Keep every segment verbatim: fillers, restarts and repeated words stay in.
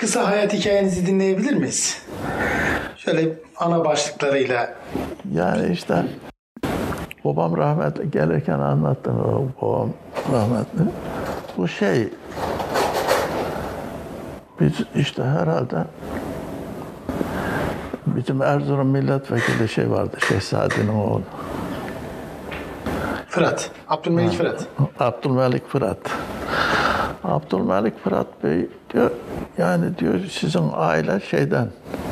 kısa hayat hikayenizi dinleyebilir miyiz? Şöyle ana başlıklarıyla. Yani işte babam rahmetli gelirken anlattım. Babam rahmetli. Bu şey biz işte herhalde bizim Erzurum milletvekili şey vardı. Şehzade'nin oğlu. Fırat. Abdülmelik ha. Fırat. Abdülmelik Fırat. Abdülmelik Fırat Bey diyor, yani diyor sizin aile şeyden,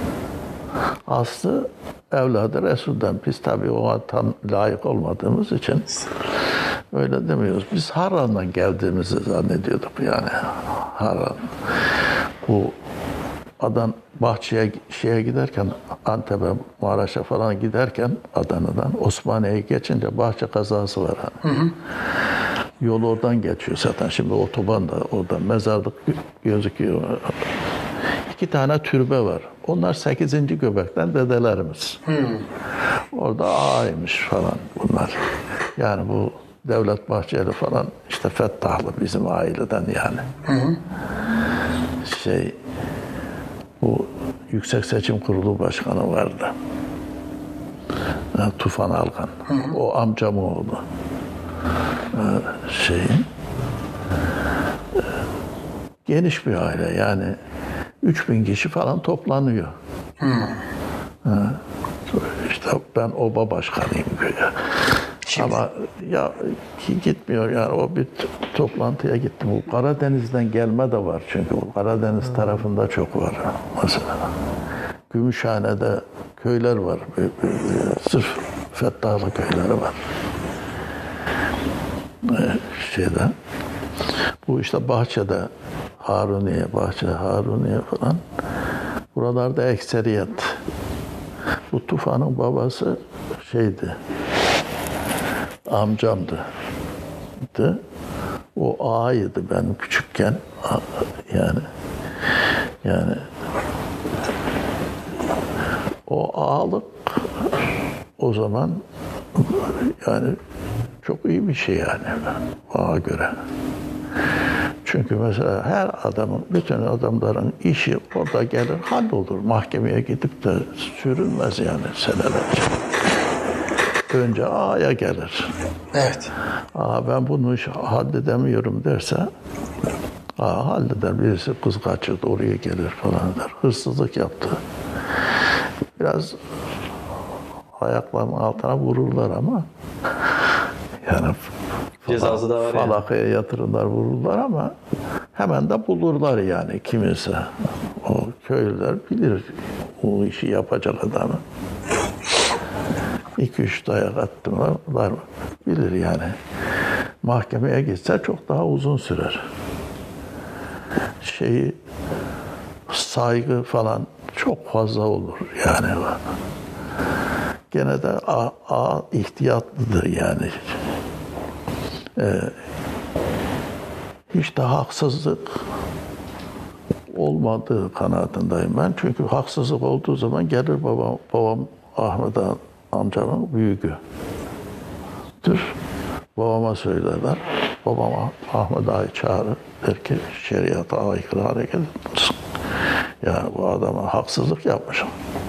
aslı evladı Resul'den. Biz tabii ona tam layık olmadığımız için öyle demiyoruz. Biz Harran'dan geldiğimizi zannediyorduk yani. Harran. Bu Adan Bahçe'ye şeye giderken, Antep'e, Maraş'a falan giderken Adana'dan Osmaniye'ye geçince Bahçe kazası var. Hı hı. Yol oradan geçiyor zaten. Şimdi otoban da oradan. Mezarlık gözüküyor. İki tane türbe var. Onlar sekizinci göbekten dedelerimiz. Hmm. Orada ağaymış falan bunlar. Yani bu Devlet Bahçeli falan işte Fettahlı bizim aileden yani. Hmm. Şey bu Yüksek Seçim Kurulu Başkanı vardı. Yani Tufan Alkan. Hmm. O amcamın oğlu. Şeyin geniş bir aile yani üç bin kişi falan toplanıyor. Hmm. İşte ben oba başkanıyım köye. Şimdi. Ama ya gitmiyor yani o bir toplantıya gittim. Bu Karadeniz'den gelme de var çünkü bu Karadeniz hmm. tarafında çok var mesela. Gümüşhane'de köyler var. Sırf Fettahlı köyleri var. Şeyde bu işte Bahçe'de Haruniye, Bahçe, Haruniye falan buralarda ekseriyet. Bu Tufan'ın babası şeydi, amcamdı. O ağaydı benim küçükken yani yani o ağalık o zaman yani çok iyi bir şey yani bana göre. Çünkü mesela her adamın, bütün adamların işi orada gelir, hallolur. Mahkemeye gidip de sürünmez yani senelerce. Önce ağaya gelir. Evet. Aa ben bunu halledemiyorum derse, ağa halleder. Birisi kız kaçırdı, oraya gelir falan der. Hırsızlık yaptı. Biraz ayaklarının altına vururlar ama yani cezası da var falakaya yani. yatırırlar, vururlar ama hemen de bulurlar yani kimisi. O köylüler bilir o işi yapacak adamı. İki üç dayak attılar bilir yani. Mahkemeye gitse çok daha uzun sürer. Şeyi saygı falan çok fazla olur yani. Gene de a, a ihtiyatlıdır yani. Ee, hiç de haksızlık olmadığı kanaatindeyim ben. Çünkü haksızlık olduğu zaman gelir babam, babam Ahmet amcamın büyüğüdür. Babama söylerler. Babama Ahmet Ağa'yı çağırır. Der ki şeriata aykırı hareket etmişsin. Yani bu adama haksızlık yapmışım.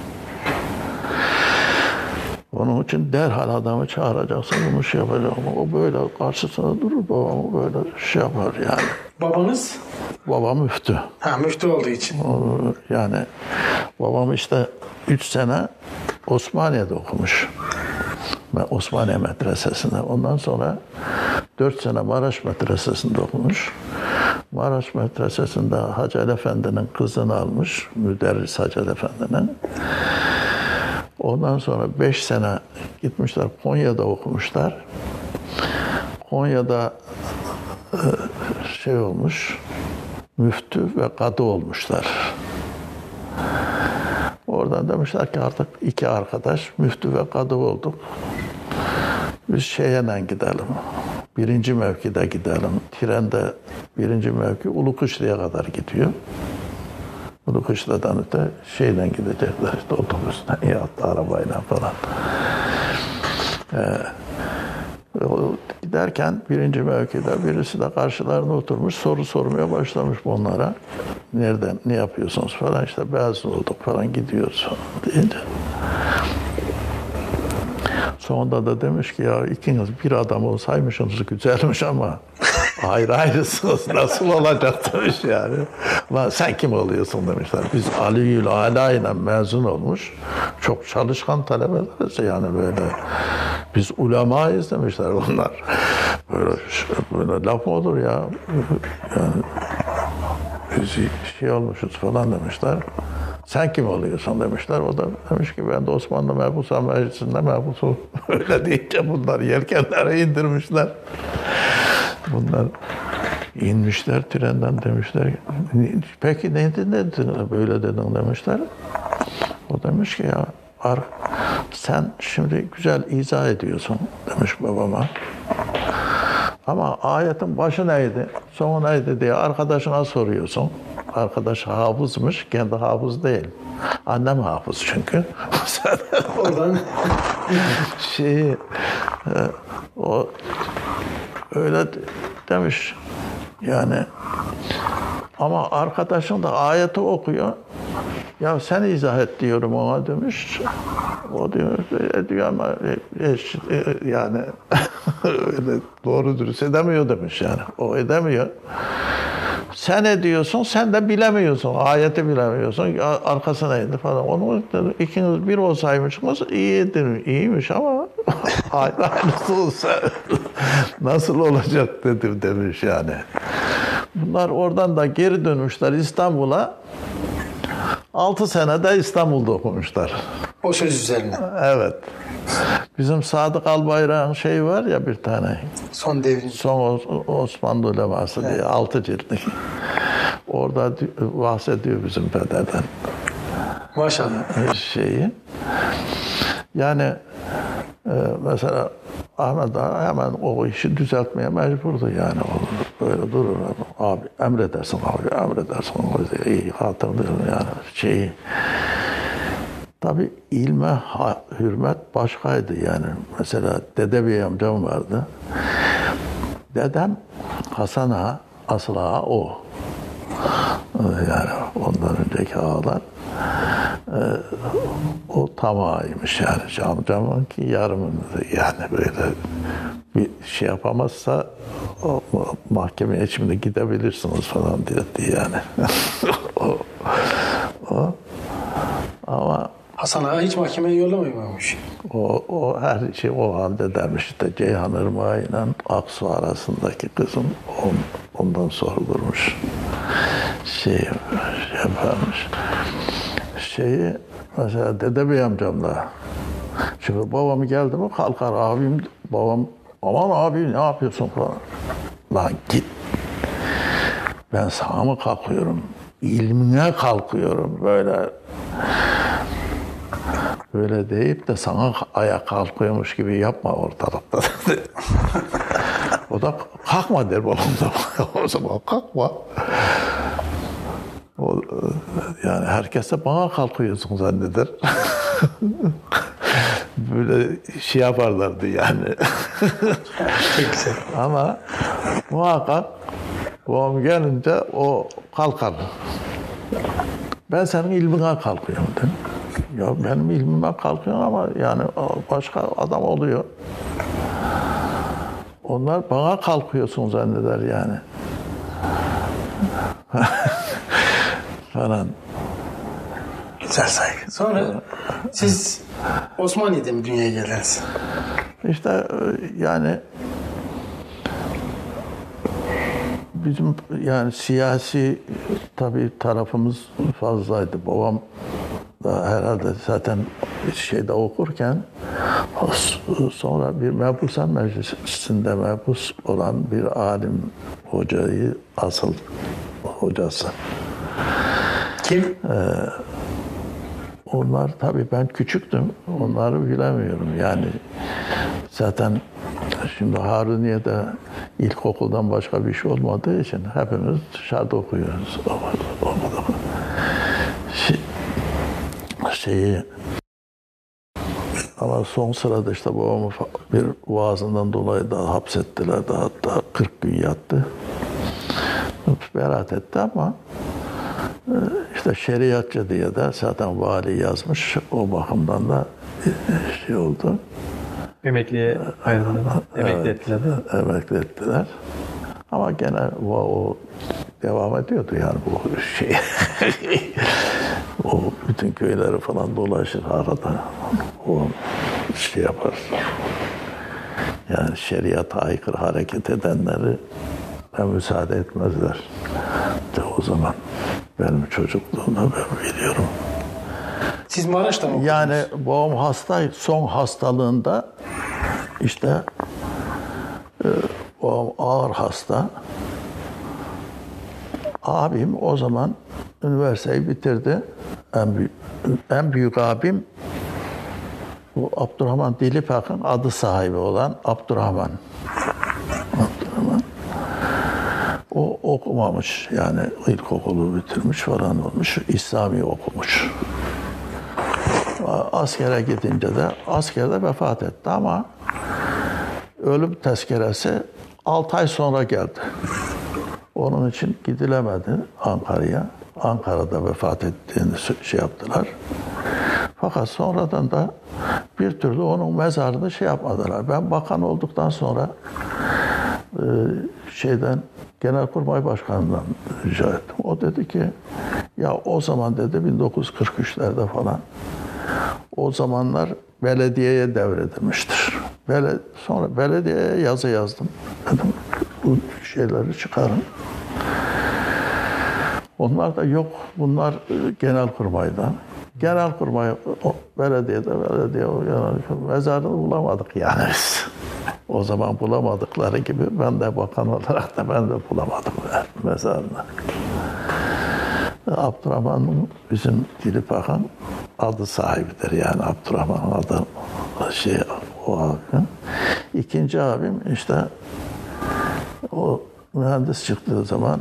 Onun için derhal adamı çağıracaksın, bunu şey yapacaksın. O böyle karşısına durur, babamı böyle şey yapar yani. Babanız? Babam müftü. Ha, müftü olduğu için. O, yani babam işte üç sene Osmaniye'de okumuş. Osmaniye medresesinde. Ondan sonra dört sene Maraş medresesinde okumuş. Maraş medresesinde Hacı Ali Efendi'nin kızını almış. Müderris Hacı Ali Efendi'nin. Ondan sonra beş sene gitmişler, Konya'da okumuşlar. Konya'da şey olmuş, müftü ve kadı olmuşlar. Oradan demişler ki artık iki arkadaş müftü ve kadı olduk. Biz şeyle gidelim, birinci mevkide gidelim. Trende birinci mevki Ulukışla'ya kadar gidiyor. Ulukışla'dan öte şeyle gidecekler işte otobüsle ya da arabayla falan. Ee, giderken birinci mevkide birisi de karşılarına oturmuş soru sormaya başlamış bunlara. Nereden, ne yapıyorsunuz falan işte mezun olduk falan gidiyoruz deyince. Sonunda da demiş ki ya ikiniz bir adam olsaymışsınız güzelmiş ama ayrı ayrısınız nasıl olacak demiş yani. Lan sen kim oluyorsun demişler. Biz Aliül Ala ile mezun olmuş. Çok çalışkan talebeleriz yani böyle. Biz ulemayız demişler onlar. Böyle, böyle laf mı olur ya? Yani biz şey olmuşuz falan demişler. Sen kim oluyorsun demişler. O da demiş ki ben de Osmanlı Mehbusa Meclisi'nde mehbusum. Öyle deyince bunlar yelkenlere indirmişler. Bunlar inmişler trenden demişler. Peki ne dedin böyle dedin demişler. O demiş ki ya sen şimdi güzel izah ediyorsun demiş babama. Ama ayetin başı neydi, sonu neydi diye arkadaşına soruyorsun. Arkadaş hafızmış, kendi hafız değil. Annem hafız çünkü. Oradan şey, o öyle demiş yani. Ama arkadaşın da ayeti okuyor. Ya sen izah et diyorum ona demiş. O diyor, ediyor ama yani öyle doğru dürüst edemiyor demiş yani. O edemiyor. Sen ediyorsun, sen de bilemiyorsun. Ayeti bilemiyorsun. Arkası neydi falan. Onu ikiniz bir olsaymışsınız iyidir, iyiymiş ama ayrı ayrısı olsa nasıl olacak dedim demiş yani. Bunlar oradan da geri dönmüşler İstanbul'a. Altı senede İstanbul'da okumuşlar. o söz üzerine. Evet. Bizim Sadık Albayrak'ın şeyi var ya bir tane. Son devrin. Son Osmanlı uleması diye evet. Altı ciltlik. Orada bahsediyor bizim pederden. Maşallah. Şeyi. Yani e, mesela Ahmet Ağa hemen o işi düzeltmeye mecburdu yani. O böyle durur. Abi emredersin abi, emredersin abi. İyi hatırlıyorum yani şeyi. Tabii ilme hürmet başkaydı yani. Mesela Dede Bey amcam vardı. Dedem Hasan Ağa, asıl ağa o. Yani ondan önceki ağalar. Ee, o tam ağaymış yani. Amcamın ki yarımındı yani böyle bir şey yapamazsa o, mahkemeye şimdi gidebilirsiniz falan dedi yani. o, o. Ama Hasan Ağa hiç mahkemeye yollamıyormuş. O, o her şey o halde dermiş işte Ceyhan Irmağı ile Aksu arasındaki kızım on, ondan sorulurmuş. Şey, şey yaparmış. Şeyi mesela Dede Bey amcamla şimdi babam geldi mi kalkar abim babam aman abi ne yapıyorsun falan. Lan git. Ben sana mı kalkıyorum? İlmine kalkıyorum böyle. Böyle deyip de sana ayağa kalkıyormuş gibi yapma ortalıkta. O da kalkma der babam da. O zaman kalkma. O, yani herkes de bana kalkıyorsun zanneder. Böyle şey yaparlardı yani. Ama muhakkak babam gelince o kalkar. Ben senin ilmine kalkıyorum dedim. Ya benim ilmime kalkıyor ama yani başka adam oluyor. Onlar bana kalkıyorsun zanneder yani. Falan. Güzel saygı. Sonra siz Osmaniye'de mi dünyaya geldiniz? İşte yani bizim yani siyasi tabii tarafımız fazlaydı. Babam da herhalde zaten şeyde okurken sonra bir Mehbusa Meclisi'nde mehbus olan bir alim hocayı asıl hocası. Kim? Ee, onlar tabii ben küçüktüm. Onları bilemiyorum. Yani zaten şimdi Haruniye'de ilkokuldan başka bir şey olmadığı için hepimiz dışarıda okuyoruz. Şey, şeyi ama son sırada işte babamı bir vaazından dolayı da hapsettiler de hatta kırk gün yattı. Beraat etti ama işte şeriatçı diye de zaten vali yazmış. O bakımdan da şey oldu. Emekliye ayrıldı. Emekli Evet, ettiler. emekli ettiler. Ama gene o, o devam ediyordu yani bu şey. O bütün köyleri falan dolaşır arada. O şey yapar. Yani şeriata aykırı hareket edenleri ben müsaade etmezler. De o zaman benim çocukluğumda ben biliyorum. Siz Maraş'ta mı okudunuz? Yani babam hasta, son hastalığında işte e, babam ağır hasta. Abim o zaman üniversiteyi bitirdi. En büyük, en büyük abim bu Abdurrahman Dilipak'ın adı sahibi olan Abdurrahman. Abdurrahman. O okumamış yani ilkokulu bitirmiş falan olmuş. İslami okumuş. Askere gidince de askerde vefat etti ama ölüm tezkeresi altı ay sonra geldi. Onun için gidilemedi Ankara'ya. Ankara'da vefat ettiğini şey yaptılar. Fakat sonradan da bir türlü onun mezarını şey yapmadılar. Ben bakan olduktan sonra e, şeyden Genelkurmay Başkanı'ndan rica ettim. O dedi ki ya o zaman dedi bin dokuz yüz kırk üçlerde falan o zamanlar belediyeye devredilmiştir. Bele, sonra belediyeye yazı yazdım. Dedim bu şeyleri çıkarın. Onlar da yok. Bunlar Genelkurmay'dan. Genelkurmay belediyede belediye mezarını bulamadık yani biz. O zaman bulamadıkları gibi ben de bakan olarak da ben de bulamadım mezarını. Abdurrahman'ın bizim Dilipak'ın adı sahibidir yani Abdurrahman adı şey o abim. İkinci abim işte o mühendis çıktığı zaman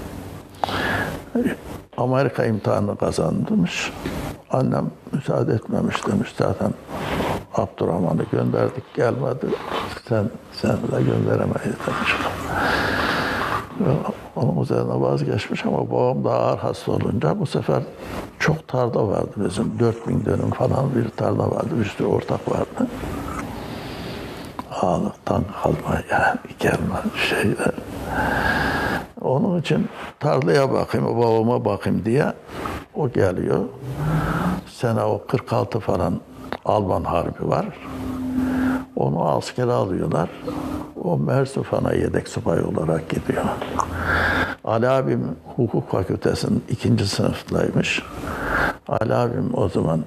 Amerika imtihanını kazanmış. Annem müsaade etmemiş demiş zaten Abdurrahman'ı gönderdik gelmedi. Sen sen de gönderemeyiz demiş. Onun üzerine vazgeçmiş ama babam da ağır hasta olunca bu sefer çok tarla vardı bizim. Dört bin dönüm falan bir tarla vardı. Bir sürü ortak vardı. Ağalıktan kalma yani gelme şeyler. Onun için tarlaya bakayım, babama bakayım diye o geliyor. Sene o kırk altı falan Alman Harbi var. Onu askere alıyorlar. O Merzufan'a yedek subay olarak gidiyor. Ali abim hukuk fakültesinin ikinci sınıftaymış. Ali abim o zaman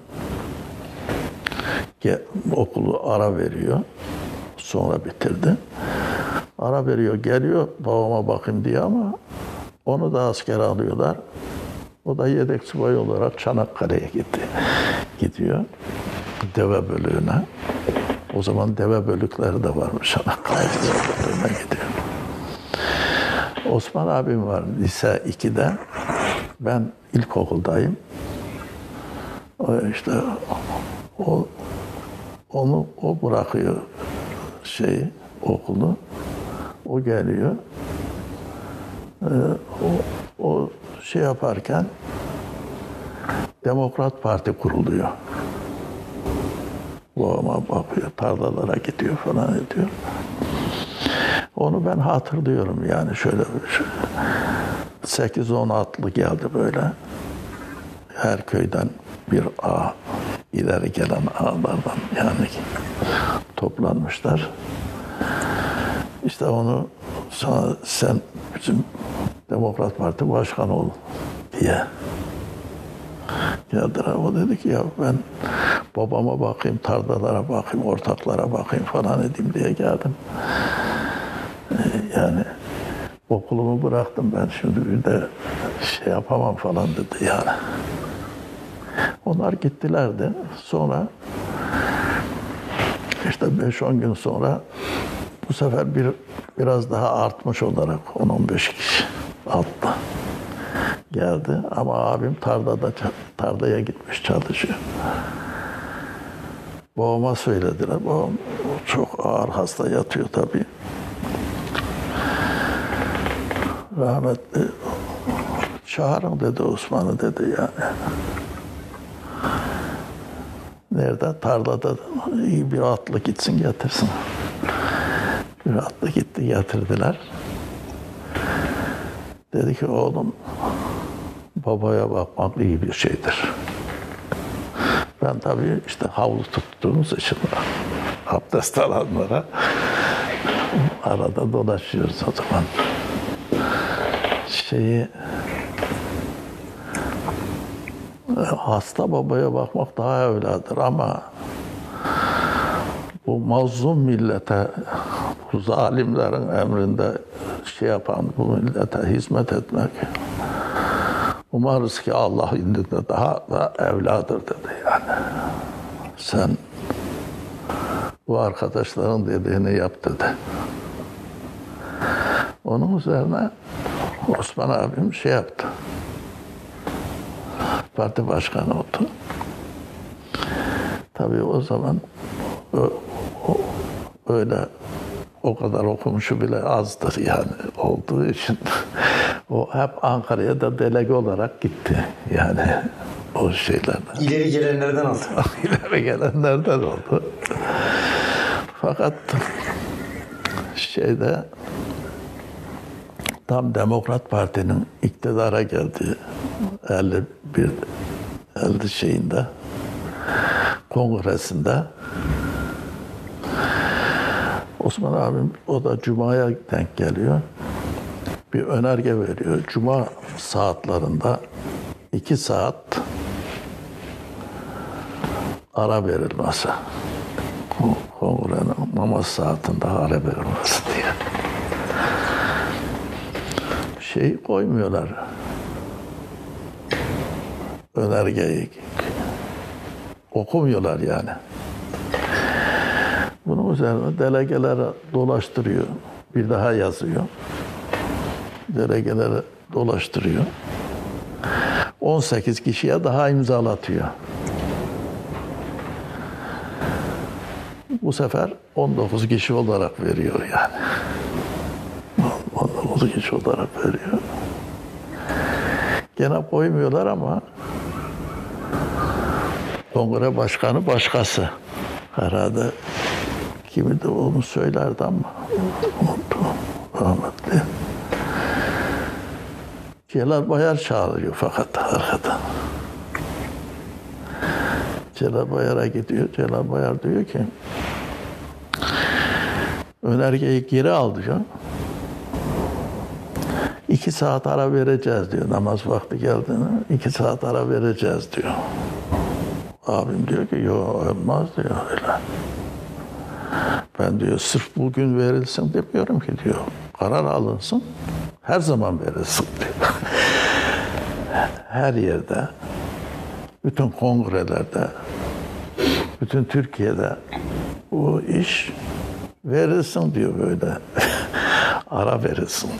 okulu ara veriyor. Sonra bitirdi. Ara veriyor, geliyor babama bakayım diye ama onu da askere alıyorlar. O da yedek subay olarak Çanakkale'ye gitti. Gidiyor. Deve bölüğüne. O zaman deve bölükleri de varmış Çanakkale deve bölüğüne gidiyor. Osman abim var lise ikide. Ben ilkokuldayım. O işte o onu o bırakıyor şey okulu. O geliyor. Ee, o, o şey yaparken Demokrat Parti kuruluyor. Babama bakıyor, tarlalara gidiyor falan ediyor. Onu ben hatırlıyorum yani şöyle sekiz on atlı geldi böyle. Her köyden bir ağ, ileri gelen ağlardan yani toplanmışlar. İşte onu sana, sen bizim Demokrat Parti başkanı ol diye geldiler. O dedi ki ya ben babama bakayım, tarlalara bakayım, ortaklara bakayım falan edeyim diye geldim. Yani okulumu bıraktım ben şimdi bir de şey yapamam falan dedi yani. Onlar gittiler de sonra işte beş on gün sonra bu sefer bir biraz daha artmış olarak on on beş kişi altta geldi ama abim tarlada tarlaya gitmiş çalışıyor. Babama söylediler. Babam çok ağır hasta yatıyor tabii. Rahmetli çağırın dedi Osman'ı dedi yani. Nerede? Tarlada iyi bir atlı gitsin getirsin. Bir atlı gitti getirdiler. Dedi ki oğlum babaya bakmak iyi bir şeydir. Ben tabii işte havlu tuttuğumuz için abdest alanlara arada dolaşıyoruz o zaman. Şeyi hasta babaya bakmak daha evladır ama bu mazlum millete, bu zalimlerin emrinde şey yapan bu millete hizmet etmek umarız ki Allah indinde daha da evladır dedi yani. Sen bu arkadaşların dediğini yap dedi. Onun üzerine Osman abim şey yaptı. Parti başkanı oldu. Tabii o zaman o, o, öyle o kadar okumuşu bile azdır yani olduğu için o hep Ankara'ya da delege olarak gitti yani o şeylerden. İleri gelenlerden oldu. İleri gelenlerden oldu. Fakat şeyde tam Demokrat Parti'nin iktidara geldiği elli bir elli şeyinde kongresinde Osman abim o da Cuma'ya denk geliyor. Bir önerge veriyor. Cuma saatlerinde iki saat ara verilmesi. Kongrenin namaz saatinde ara verilmesi diye. Şey koymuyorlar. Önergeyi okumuyorlar yani. Bunun üzerine delegeleri dolaştırıyor. Bir daha yazıyor. Delegeleri dolaştırıyor. on sekiz kişiye daha imzalatıyor. Bu sefer on dokuz kişi olarak veriyor yani. on dokuz kişi olarak veriyor. Gene koymuyorlar ama kongre başkanı başkası. Herhalde kimi de onu söylerdi ama unuttum. Rahmetli. Celal Bayar çağırıyor fakat arkadan. Celal Bayar'a gidiyor. Celal Bayar diyor ki önergeyi geri al diyor. İki saat ara vereceğiz diyor. Namaz vakti geldiğinde iki saat ara vereceğiz diyor. Abim diyor ki yok olmaz diyor öyle. Ben diyor sırf bugün verilsin demiyorum ki diyor. Karar alınsın. Her zaman verilsin diyor. Her yerde, bütün kongrelerde, bütün Türkiye'de bu iş verilsin diyor böyle. Ara verilsin.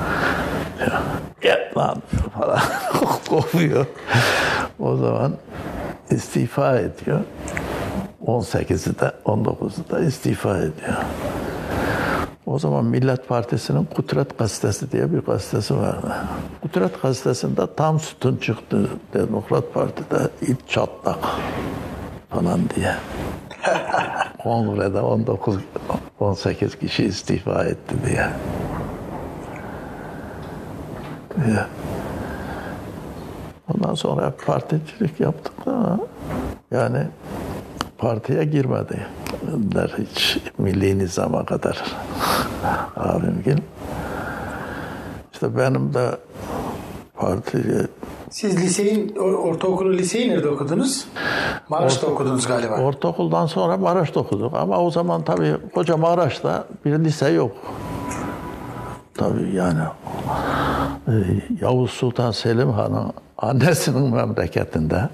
Gel lan falan kovuyor. O zaman istifa ediyor. on sekizi de on dokuzu da istifa ediyor. O zaman Millet Partisi'nin Kudret Gazetesi diye bir gazetesi vardı. Kudret Gazetesi'nde tam sütun çıktı. Demokrat Parti'de ilk çatlak falan diye. Kongrede on dokuz on sekiz kişi istifa etti diye. diye. Ondan sonra hep particilik yaptık da yani partiye girmediler hiç milli nizama kadar abimgil. İşte benim de partiye... Siz liseyin, ortaokulu liseyi nerede okudunuz? Maraş'ta Orta, okudunuz galiba. Ortaokuldan sonra Maraş'ta okuduk ama o zaman tabii koca Maraş'ta bir lise yok. Tabii yani Yavuz Sultan Selim Han'ın annesinin memleketinde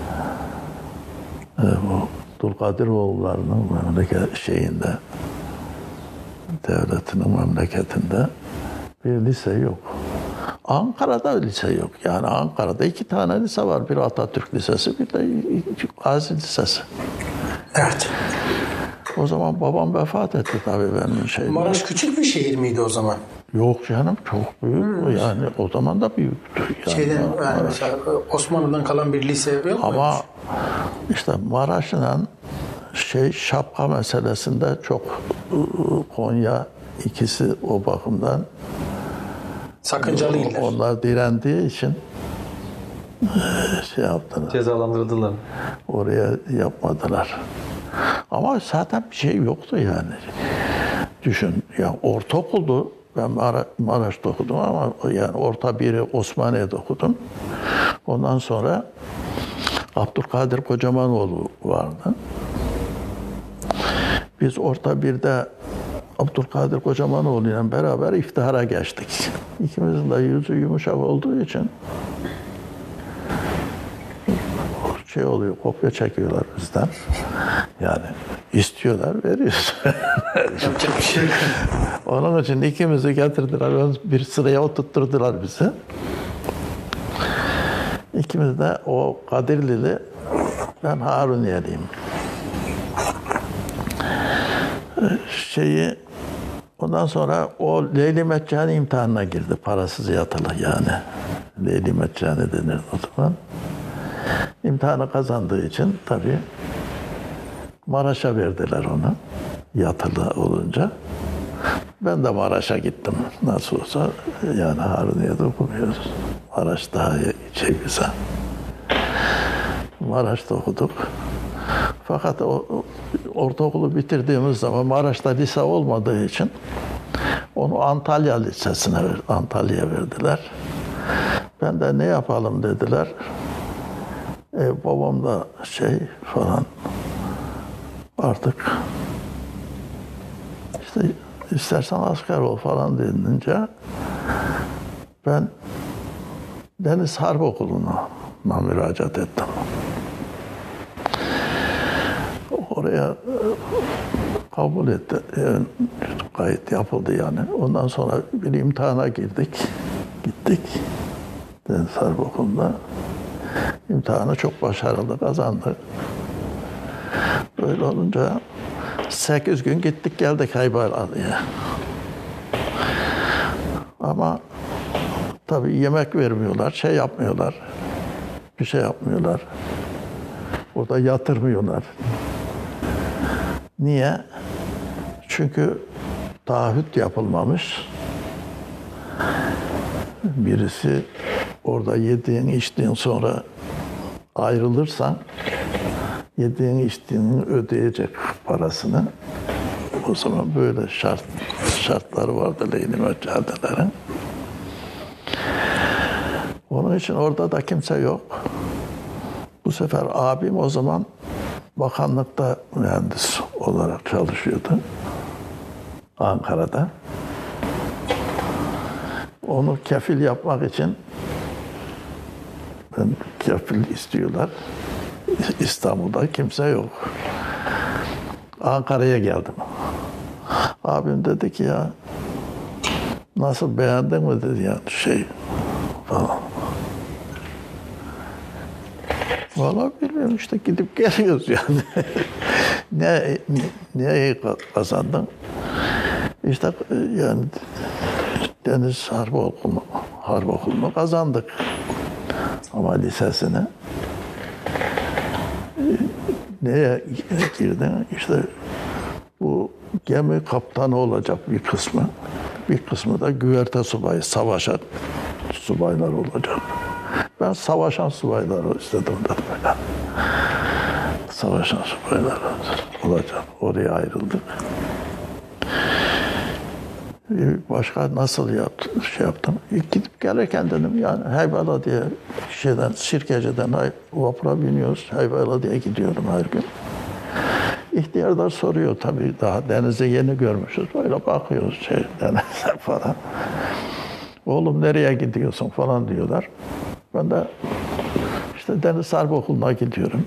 bu Dulkadiroğulları'nın memleket şeyinde devletinin memleketinde bir lise yok. Ankara'da lise yok. Yani Ankara'da iki tane lise var. Bir Atatürk Lisesi, bir de Gazi Lisesi. Evet. O zaman babam vefat etti tabii benim şeyim. Maraş küçük bir şehir miydi o zaman? Yok canım, çok büyük. Yani o zaman da büyüktü. Yani Şeyden yani Maraş. mesela Osmanlı'dan kalan bir lise yok muymuş? Ama işte Maraş'la şey şapka meselesinde çok Konya ikisi o bakımdan Sakıncalıydılar. onlar direndiği için şey yaptılar. Cezalandırıldılar. Oraya yapmadılar. Ama zaten bir şey yoktu yani. Düşün ya, ortaokuldu. Ben Mara- Maraş'ta okudum ama yani orta biri Osmaniye'de okudum. Ondan sonra Abdülkadir Kocamanoğlu vardı. Biz orta birde Abdülkadir Kocamanoğlu ile beraber iftihara geçtik. İkimizin de yüzü yumuşak olduğu için şey oluyor, kopya çekiyorlar bizden. Yani istiyorlar, veriyoruz. Yapacak bir şey yok. Onun için ikimizi getirdiler, bir sıraya oturtturdular bizi. İkimiz de o Kadirlili, ben Haruniyeliyim. Şeyi, ondan sonra o Leyli Meccani imtihanına girdi, parasız yatılı yani. Leyli Meccani denir o zaman. İmtihanı kazandığı için tabii Maraş'a verdiler onu, yatılı olunca. Ben de Maraş'a gittim. Nasıl olsa yani Haruniye'de okumuyoruz. Maraş daha şey güzel. Maraş'ta okuduk. Fakat o, ortaokulu bitirdiğimiz zaman Maraş'ta lise olmadığı için onu Antalya Lisesi'ne Antalya'ya verdiler. Ben de ne yapalım dediler. E, babam da şey falan artık işte istersen asker ol falan denince ben Deniz Harp Okulu'na müracaat ettim. Oraya kabul etti. Yani kayıt yapıldı yani. Ondan sonra bir imtihana girdik. Gittik. Deniz Harp Okulu'na. İmtihanı çok başarılı kazandık. Böyle olunca sekiz gün gittik geldik Haybaralı'ya. Ama tabii yemek vermiyorlar, şey yapmıyorlar. Bir şey yapmıyorlar. Orada yatırmıyorlar. Niye? Çünkü taahhüt yapılmamış. Birisi orada yediğin içtiğin sonra ayrılırsan yediğin içtiğini ödeyecek parasını. O zaman böyle şart şartları vardı Leyli Meccani'lerin. Onun için orada da kimse yok. Bu sefer abim o zaman bakanlıkta mühendis olarak çalışıyordu. Ankara'da. Onu kefil yapmak için ben kefil istiyorlar. İstanbul'da kimse yok. Ankara'ya geldim. Abim dedi ki ya nasıl, beğendin mi dedi yani şey falan. Vallahi bilmiyorum işte, gidip geliyoruz yani. ne, ne kazandın? İşte yani Deniz Harp Okulu'nu, Harp Okulu'nu kazandık. Ama lisesine. Neye girdin? İşte bu gemi kaptanı olacak bir kısmı. Bir kısmı da güverte subayı, savaşan subaylar olacak. Ben savaşan subaylar istedim dedim. Savaşan subaylar olacak. Oraya ayrıldık. Başka nasıl yaptım, şey yaptım? Gidip gelirken dedim yani Heybala diye şeyden, Sirkeci'den vapura biniyoruz. Heybala diye gidiyorum her gün. İhtiyarlar soruyor tabii, daha denizi yeni görmüşüz. Böyle bakıyoruz şey, denize falan. Oğlum nereye gidiyorsun falan diyorlar. Ben de işte Deniz Harp Okulu'na gidiyorum.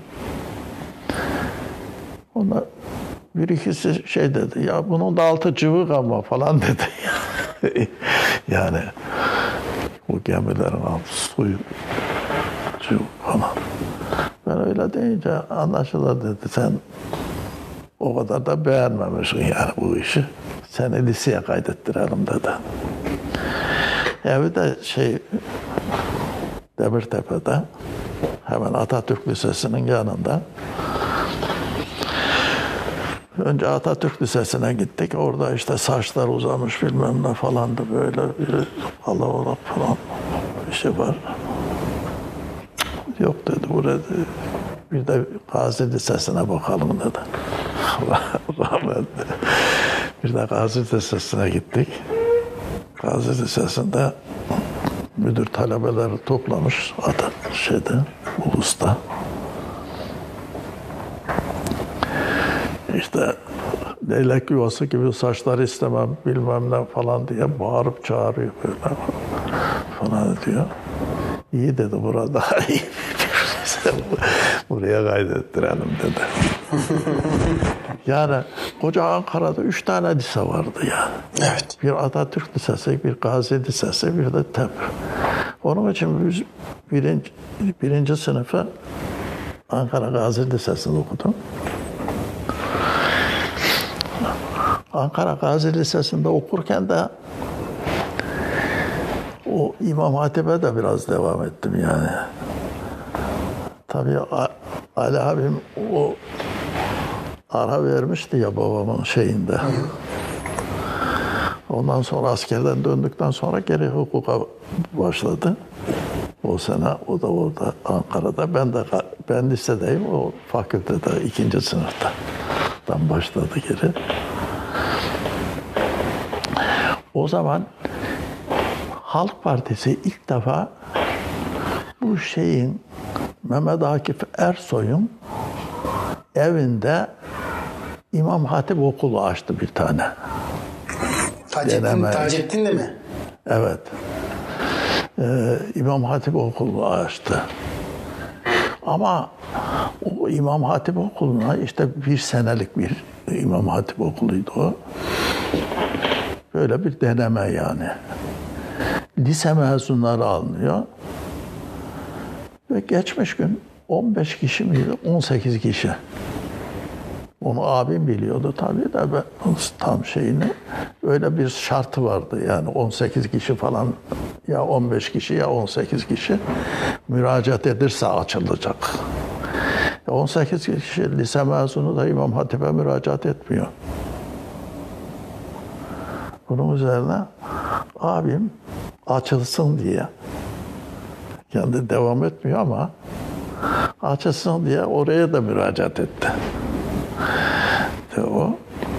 Onlar bir ikisi şey dedi, ya bunun da altı cıvık ama falan dedi. Yani bu gemilerin altı suyu cıvık falan. Ben öyle deyince anlaşılır dedi, sen o kadar da beğenmemişsin yani bu işi. Seni liseye kaydettirelim dedi. Evi de şey Demirtepe'de, hemen Atatürk Lisesi'nin yanında. Önce Atatürk Lisesi'ne gittik. Orada işte saçlar uzamış bilmem ne falandı böyle bir alavolak falan bir şey var. Yok dedi burada. Bir de Gazi Lisesi'ne bakalım dedi. Rahmetli. Bir de Gazi Lisesi'ne gittik. Gazi Lisesi'nde müdür talebeleri toplamış adı şeyde, Ulus'ta. İşte leylek yuvası gibi saçları istemem bilmem ne falan diye bağırıp çağırıyor böyle falan diyor. İyi dedi burada iyi. Buraya kaydettirelim dedi. Yani koca Ankara'da üç tane lise vardı ya. Evet. Bir Atatürk Lisesi, bir Gazi Lisesi, bir de T E P. Onun için biz birinci, birinci sınıfı Ankara Gazi Lisesi'nde okudum. Ankara Gazi Lisesi'nde okurken de o İmam Hatip'e de biraz devam ettim yani. Tabii Ali abim o ara vermişti ya babamın şeyinde. Ondan sonra askerden döndükten sonra geri hukuka başladı. O sene o da orada Ankara'da. Ben de ben lisedeyim. O fakültede ikinci sınıfta. Tam başladı geri. O zaman Halk Partisi ilk defa bu şeyin Mehmet Akif Ersoy'un evinde İmam Hatip okulu açtı bir tane. Taceddin, Taceddin de mi? Evet. Ee, İmam Hatip okulu açtı. Ama o İmam Hatip okuluna işte bir senelik bir İmam Hatip okuluydu o. Böyle bir deneme yani. Lise mezunları alınıyor. Ve geçmiş gün on beş kişi miydi? on sekiz kişi. Onu abim biliyordu tabii de ben tam şeyini. Öyle bir şartı vardı yani on sekiz kişi falan ya on beş kişi ya on sekiz kişi müracaat edilirse açılacak. on sekiz kişi lise mezunu da İmam Hatip'e müracaat etmiyor. Bunun üzerine abim açılsın diye kendi devam etmiyor ama açılsın diye oraya da müracaat etti. De o.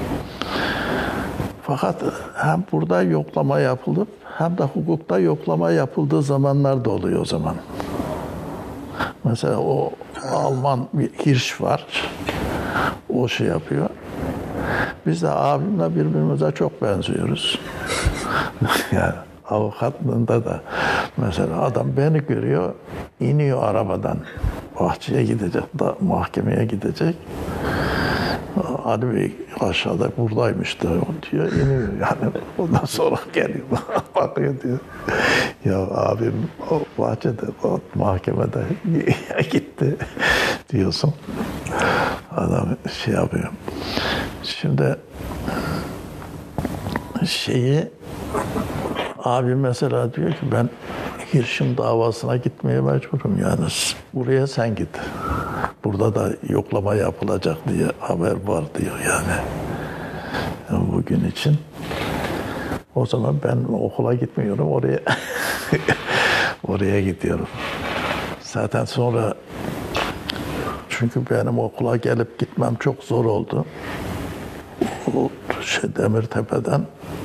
Fakat hem burada yoklama yapılıp hem de hukukta yoklama yapıldığı zamanlar da oluyor o zaman. Mesela o Alman bir Hirsch var. O şey yapıyor. Biz de abimle birbirimize çok benziyoruz. Yani avukatlığında da mesela adam beni görüyor, iniyor arabadan. Bahçeye gidecek, da mahkemeye gidecek. Ali Bey aşağıda buradaymış diyor, diyor iniyor yani. Ondan sonra geliyor, bakıyor diyor. Ya abim o bahçede, o mahkemede gitti diyorsun. Adam şey yapıyor. Şimdi şeyi abim mesela diyor ki ben Hirsch'in davasına gitmeye mecburum yani. Buraya sen git. Burada da yoklama yapılacak diye haber var diyor yani. yani bugün için. O zaman ben okula gitmiyorum oraya. Oraya gidiyorum. Zaten sonra çünkü benim okula gelip gitmem çok zor oldu. O şey Demirtepe'den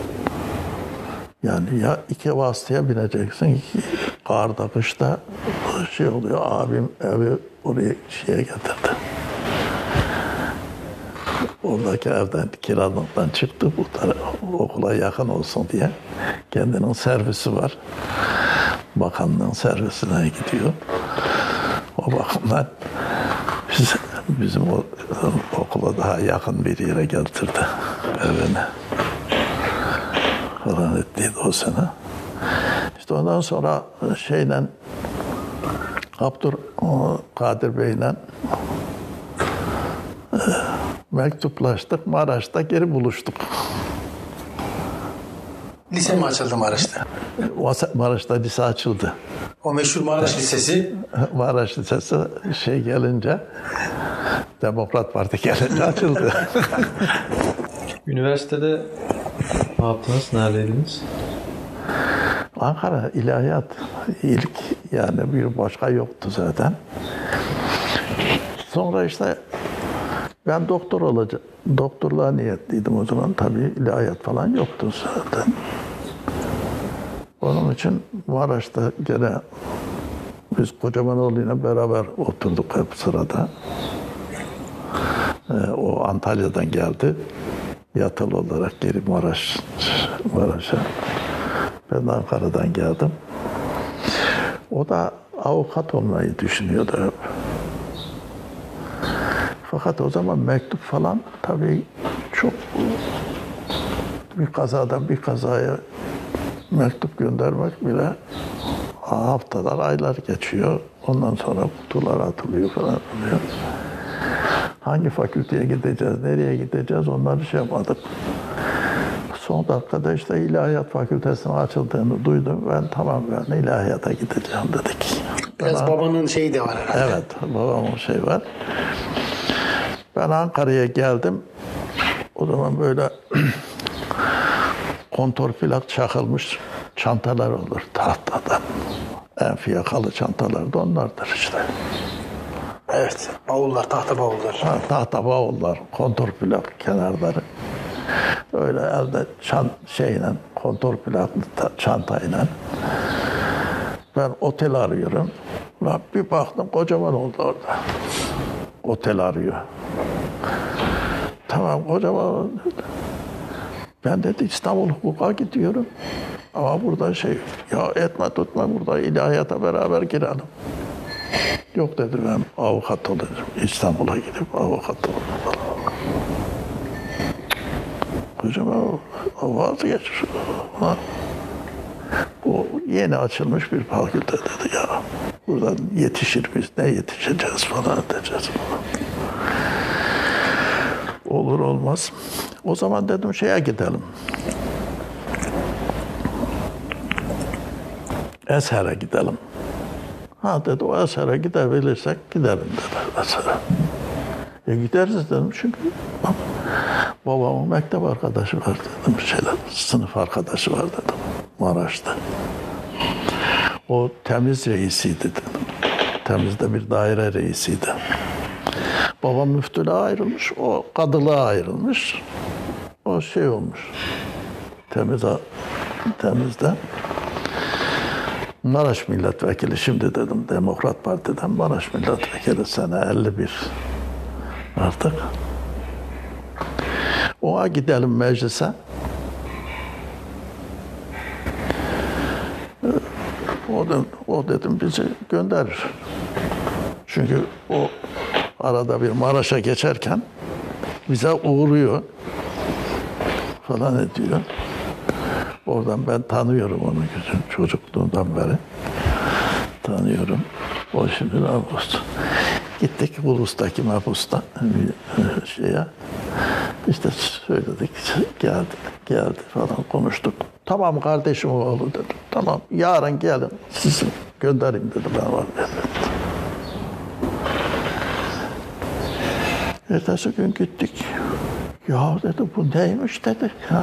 yani ya iki vasıtaya bineceksin, iki karda, kışta şey oluyor. Abim evi oraya şeye getirdi. Oradaki evden, kiralıktan çıktı. Bu tarafa, okula yakın olsun diye. Kendinin servisi var. Bakanlığın servisine gidiyor. O bakımdan biz, bizim o, okula daha yakın bir yere getirdi evine. Falan ettiydi o sene. İşte ondan sonra şeyle Abdülkadir Bey'le mektuplaştık. Maraş'ta geri buluştuk. Lise mi açıldı Maraş'ta? Maraş'ta lise açıldı. O meşhur Maraş Lisesi. Maraş Lisesi şey gelince, Demokrat Parti gelince açıldı. Üniversitede ne yaptınız? Neredeydiniz? Ankara İlahiyat ilk, yani bir başka yoktu zaten. Sonra işte ben doktor olacağım. Doktorluğa niyetliydim o zaman. Tabii ilahiyat falan yoktu zaten. Onun için Maraş'ta gene biz Kocamanoğlu'yla beraber oturduk hep sırada. Ee, o Antalya'dan geldi. Yatılı olarak geri Maraş, Maraş'a. Ben de Ankara'dan geldim. O da avukat olmayı düşünüyordu hep. Fakat o zaman mektup falan tabii çok, bir kazadan bir kazaya mektup göndermek bile haftalar, aylar geçiyor. Ondan sonra kutular atılıyor falan oluyor. Hangi fakülteye gideceğiz, nereye gideceğiz onları şey yapmadık. Son dakikada işte İlahiyat Fakültesi'nin açıldığını duydum. Ben tamam ben ilahiyata gideceğim dedik. Biraz ben, babanın şeyi de var herhalde. Evet, babamın şey var. Ben Ankara'ya geldim. O zaman böyle kontor plak çakılmış çantalar olur tahtadan. En fiyakalı çantalar da onlardır işte. Evet, bavullar, tahta bavullar. Ha, tahta bavullar, kontor plak kenarları. Öyle elde çant şeyle, kontor plaklı çantayla. Ben otel arıyorum. Lan bir baktım kocaman oldu orada. Otel arıyor. Tamam kocaman. Ben dedi İstanbul hukuka gidiyorum. Ama burada şey, ya etme tutma burada ilahiyata beraber girelim. Yok dedi ben avukat olacağım. İstanbul'a gidip avukat olacağım falan. Kocaman vazgeç. Bu yeni açılmış bir fakülte dedi ya. Buradan yetişir miyiz? Ne yetişeceğiz falan edeceğiz falan. Olur olmaz. O zaman dedim şeye gidelim. Esher'e gidelim. Ha dedi o Esher'e gidebilirsek gidelim dedi Esher'e. E gideriz dedim çünkü babamın mektep arkadaşı var dedim. Şeyler, sınıf arkadaşı var dedim Maraş'ta. O temiz reisiydi dedim. Temizde bir daire reisiydi. Babam müftülüğe ayrılmış, o kadılığa ayrılmış. O şey olmuş. Temiz, temizde. Maraş milletvekili şimdi dedim Demokrat Parti'den Maraş milletvekili sene elli bir artık. Ona gidelim meclise. O, da, o dedim bizi gönderir. Çünkü o arada bir Maraş'a geçerken bize uğruyor falan ediyor. Oradan ben tanıyorum onu çocukluğundan beri. Tanıyorum. O şimdi mahpus. Gittik Ulus'taki mahpusta bir şeye. İşte söyledik, geldi, geldi falan konuştuk. Tamam kardeşim oğlu dedim. Tamam yarın gelin sizi göndereyim dedi ben var dedim. Ertesi gün gittik. Ya dedi bu neymiş dedi ya.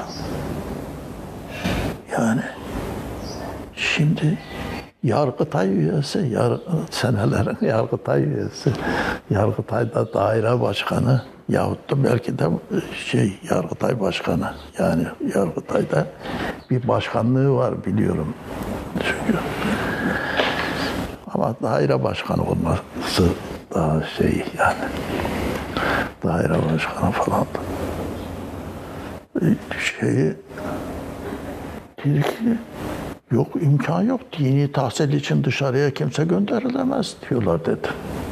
Yani şimdi Yargıtay üyesi, yar, senelerin Yargıtay üyesi, Yargıtay'da daire başkanı yahut da belki de şey Yargıtay başkanı. Yani Yargıtay'da bir başkanlığı var biliyorum. Çünkü ama daire başkanı olması daha şey yani. Daire başkanı falan. Şeyi dedi ki yok imkan yok. Dini tahsil için dışarıya kimse gönderilemez diyorlar dedi.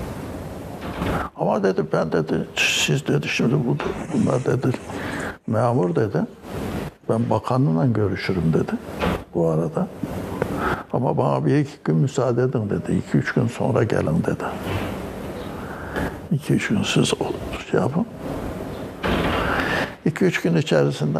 Ama dedi ben dedi siz dedi şimdi bu, bunlar dedi memur dedi. Ben bakanla görüşürüm dedi bu arada. Ama bana bir iki gün müsaade edin dedi. İki üç gün sonra gelin dedi. İki üç gün siz şey yapın. iki üç gün içerisinde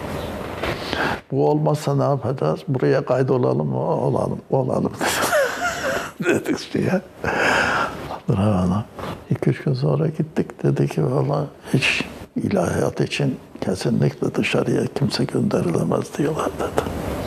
bu olmazsa ne yapacağız? Buraya kaydolalım mı? Olalım, olalım dedik şeye. Abdurrahman'a. iki üç gün sonra gittik. Dedi ki valla hiç ilahiyat için kesinlikle dışarıya kimse gönderilemez diyorlar dedi.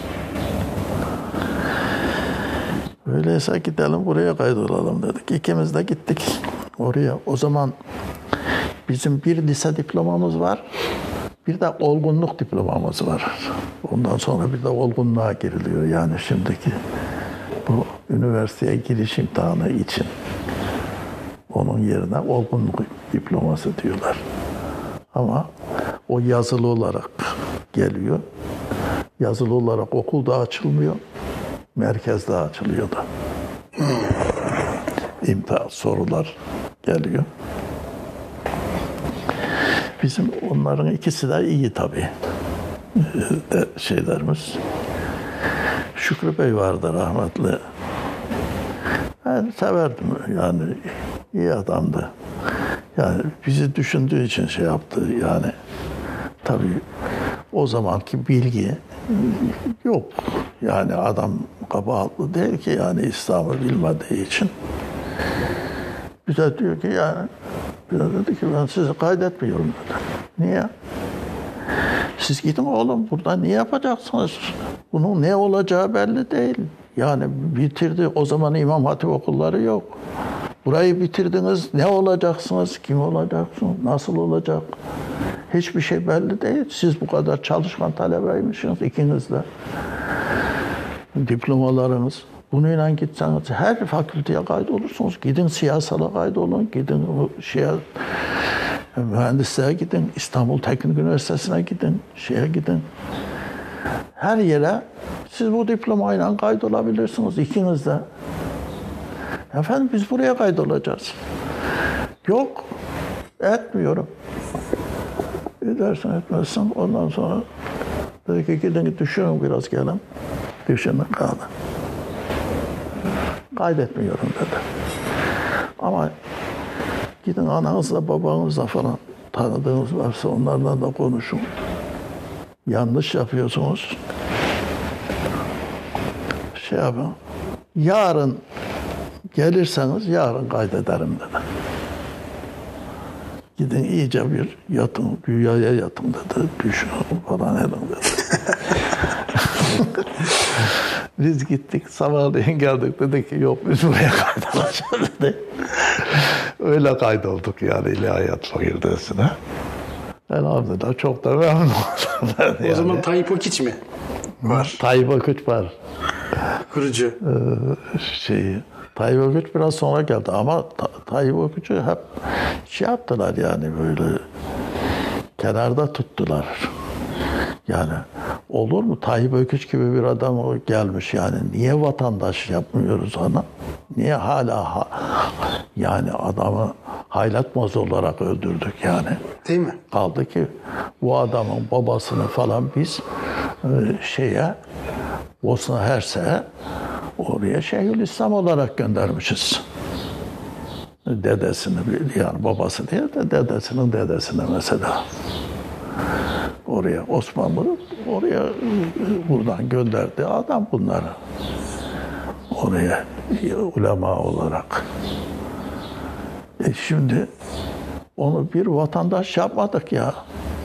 Öyleyse gidelim buraya kaydolalım dedik. İkimiz de gittik oraya. O zaman bizim bir lise diplomamız var. Bir de olgunluk diplomamız var. Ondan sonra bir de olgunluğa giriliyor. Yani şimdiki bu üniversiteye giriş imtihanı için. Onun yerine olgunluk diploması diyorlar. Ama o yazılı olarak geliyor. Yazılı olarak okulda açılmıyor. Merkezde açılıyordu. İmtihan sorular geliyor. Bizim onların ikisi de iyi tabii. De şeylerimiz. Şükrü Bey vardı rahmetli. Ben severdim yani iyi adamdı. Yani bizi düşündüğü için şey yaptı yani. Tabii o zamanki bilgi yok. Yani adam kabahatlı değil ki yani İslam'ı bilmediği için. Bize diyor ki yani bize dedi ki ben sizi kaydetmiyorum dedi. Niye? Siz gidin oğlum burada ne yapacaksınız? Bunun ne olacağı belli değil. Yani bitirdi. O zaman İmam Hatip okulları yok. Burayı bitirdiniz. Ne olacaksınız? Kim olacaksınız? Nasıl olacak? Hiçbir şey belli değil. Siz bu kadar çalışkan talebeymişsiniz ikiniz de. Diplomalarınız. Bununla gitseniz her fakülteye kaydolursunuz. Gidin siyasala kaydolun. Gidin şeye, mühendisliğe gidin. İstanbul Teknik Üniversitesi'ne gidin. Şeye gidin. Her yere siz bu diplomayla kaydolabilirsiniz ikiniz de. Efendim biz buraya kaydolacağız. Yok. Etmiyorum. Edersin etmezsin. Ondan sonra dedi ki gidin düşünün biraz gelin. Düşünün kalın. Kaydetmiyorum dedi. Ama gidin ananızla babanızla falan tanıdığınız varsa onlarla da konuşun. Yanlış yapıyorsunuz. Şey yapın. Yarın gelirseniz yarın kaydederim dedi. Gidin iyice bir yatın, dünyaya yatın dedi. Düşünün falan edin dedi. Biz gittik, sabahleyin geldik dedik ki yok biz buraya kaydolacağız dedi. Öyle kaydolduk yani İlahiyat Fakültesi'ne. Elhamdülillah çok da memnun oldum ben O yani. zaman Tayyip Okiç mi var? Tayyip Okiç var. Kurucu. Ee, şeyi, Tayyip Okiç biraz sonra geldi ama Ta- Tayyip Okiç'i hep şey yaptılar yani böyle kenarda tuttular. Yani olur mu? Tayyip Öküç gibi bir adam o gelmiş yani. Niye vatandaş yapmıyoruz ona? Niye hala ha, yani adamı haylatmaz olarak öldürdük yani? Değil mi? Kaldı ki bu adamın babasını falan biz e, şeye Bosna Hersek'e oraya Şeyhülislam olarak göndermişiz. Dedesini yani babası değil de dedesinin dedesine mesela. Oraya Osmanlı oraya buradan gönderdi adam bunları. Oraya ulema olarak. E şimdi onu bir vatandaş yapmadık ya.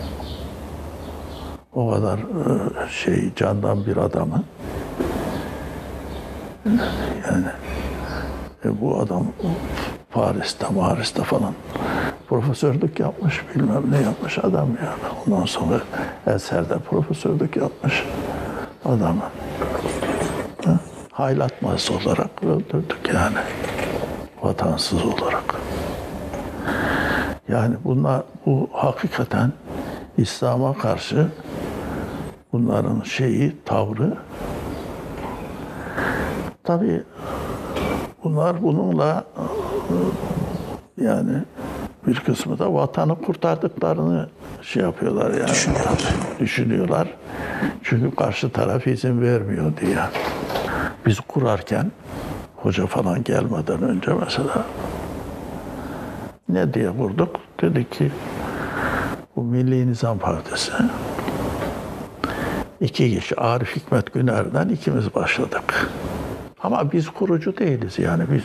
O kadar şey candan bir adamı. Yani e bu adam Paris'te, Paris'te falan profesörlük yapmış, bilmem ne yapmış adam yani. Ondan sonra Eser'de profesörlük yapmış adamı. Ha? Haylatmaz olarak öldürdük yani. Vatansız olarak. Yani bunlar, bu hakikaten İslam'a karşı bunların şeyi, tavrı. Tabii bunlar bununla yani bir kısmı da vatanı kurtardıklarını şey yapıyorlar yani. Düşünüyorlar. Düşünüyorlar. Çünkü karşı taraf izin vermiyor diye. Biz kurarken hoca falan gelmeden önce mesela ne diye kurduk? Dedi ki bu Milli Nizam Partisi. İki kişi, Arif Hikmet Güner'den ikimiz başladık. Ama biz kurucu değiliz. Yani biz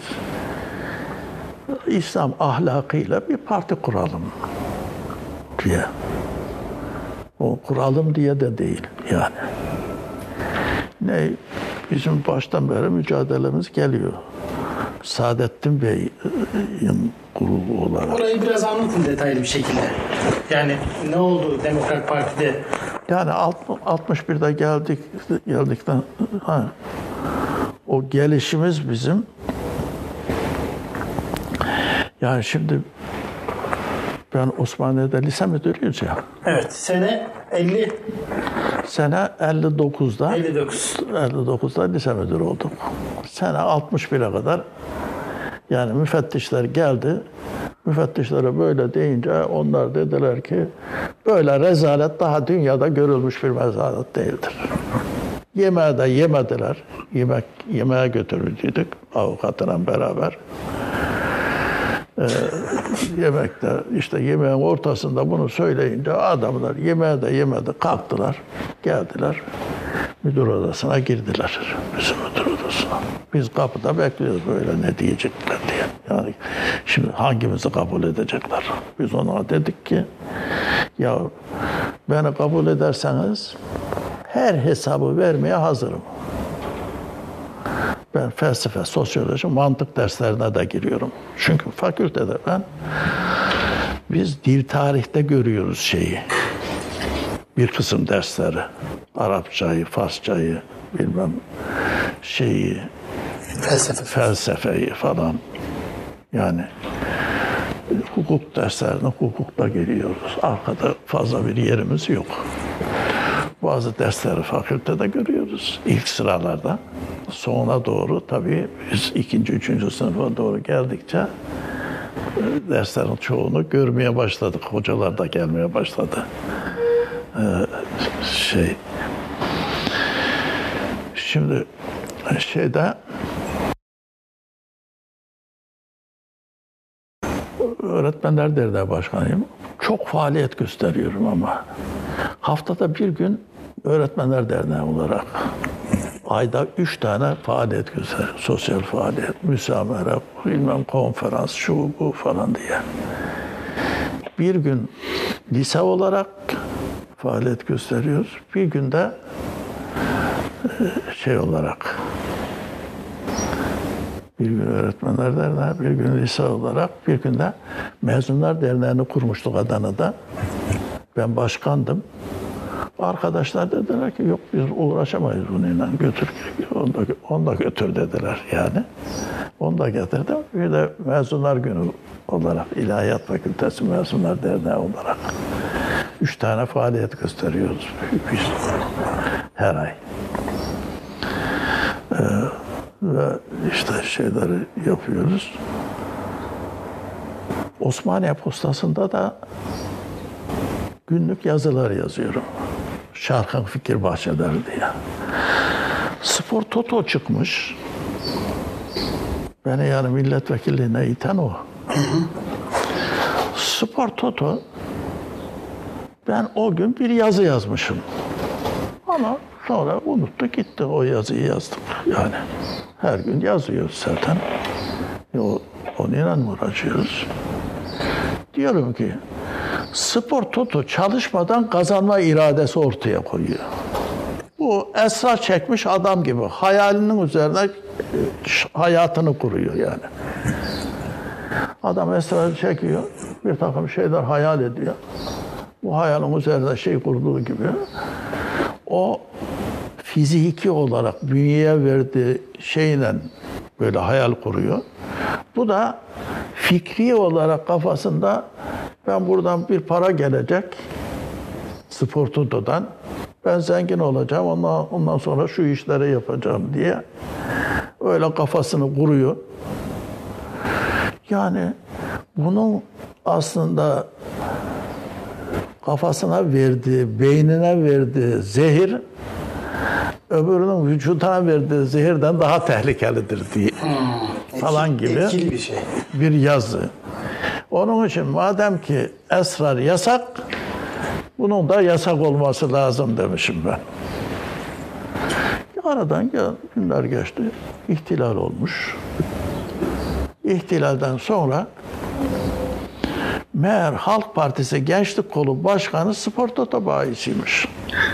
İslam ahlakıyla bir parti kuralım diye. O kuralım diye de değil yani. Ne bizim baştan beri mücadelemiz geliyor. Saadettin Bey'in grubu olarak. Orayı biraz anlatın detaylı bir şekilde. Yani ne oldu Demokrat Parti'de? Yani altmış birde geldik geldikten ha, o gelişimiz bizim. Yani şimdi ben Osmaniye'de lise müdürüyüz ya. Evet. Sene elli. Sene elli dokuzda elli dokuz. elli dokuzda lise müdürü olduk. Sene altmış bire kadar yani müfettişler geldi. Müfettişlere böyle deyince onlar dediler ki böyle rezalet daha dünyada görülmüş bir rezalet değildir. Yemeğe de yemediler. Yemek yemeğe götürüldük avukatla beraber. Ee, yemekte işte yemeğin ortasında bunu söyleyince adamlar yemeğe de yemedi kalktılar geldiler müdür odasına girdiler bizim müdür odasına. Biz kapıda bekliyoruz böyle ne diyecekler diye. Yani şimdi hangimizi kabul edecekler? Biz ona dedik ki ya beni kabul ederseniz her hesabı vermeye hazırım. Ben felsefe, sosyoloji, mantık derslerine de giriyorum. Çünkü fakültede ben biz dil tarihte görüyoruz şeyi. Bir kısım dersleri. Arapçayı, Farsçayı, bilmem şeyi, Felsefe. felsefeyi falan. Yani hukuk derslerine hukukta giriyoruz. Arkada fazla bir yerimiz yok. Bazı dersleri fakültede görüyoruz ilk sıralarda. Sonuna doğru tabii biz ikinci, üçüncü sınıfa doğru geldikçe derslerin çoğunu görmeye başladık. Hocalar da gelmeye başladı. Ee, şey şimdi şeyde Öğretmenler Derneği Başkanıyım. Çok faaliyet gösteriyorum ama haftada bir gün Öğretmenler Derneği olarak ayda üç tane faaliyet gösteriyorum. Sosyal faaliyet, müsamere, bilmem konferans, şu bu falan diye. Bir gün lise olarak faaliyet gösteriyoruz. Bir gün de şey olarak bir gün Öğretmenler Derneği, bir gün lise olarak, bir gün de Mezunlar Derneği'ni kurmuştuk Adana'da. Ben başkandım. Arkadaşlar dediler ki yok biz uğraşamayız bununla götür, onu da, onu da götür dediler yani. Onu da getirdim. Bir de Mezunlar Günü olarak, İlahiyat Fakültesi Mezunlar Derneği olarak üç tane faaliyet gösteriyoruz biz her ay. Ee, ve işte şeyleri yapıyoruz. Osmaniye Postası'nda da günlük yazılar yazıyorum. Şarkın Fikir Bahçeleri diye. Spor Toto çıkmış. Beni yani milletvekilliğine iten o. Spor Toto, ben o gün bir yazı yazmışım. Ama sonra unuttu gitti, o yazıyı yazdık yani. Her gün yazıyoruz zaten. E o, onunla mı uğraşıyoruz? Diyorum ki, Spor Toto çalışmadan kazanma iradesi ortaya koyuyor. Bu esrar çekmiş adam gibi hayalinin üzerine hayatını kuruyor yani. Adam esrar çekiyor, bir takım şeyler hayal ediyor. Bu hayalin üzerinde şey kurduğu gibi o fiziki olarak bünyeye verdiği şeyle böyle hayal kuruyor. Bu da fikri olarak kafasında ben buradan bir para gelecek Spor Toto'dan. Ben zengin olacağım, ondan, ondan sonra şu işleri yapacağım diye öyle kafasını kuruyor. Yani bunun aslında kafasına verdiği, beynine verdiği zehir öbürünün vücuduna verdiği zehirden daha tehlikelidir diye hmm, falan gibi etkili bir şey. Bir yazı. Onun için madem ki esrar yasak, Bunun da yasak olması lazım demişim ben. Aradan günler geçti. İhtilal olmuş. İhtilalden sonra meğer Halk Partisi Gençlik Kolu Başkanı Spor Toto bayisiymiş.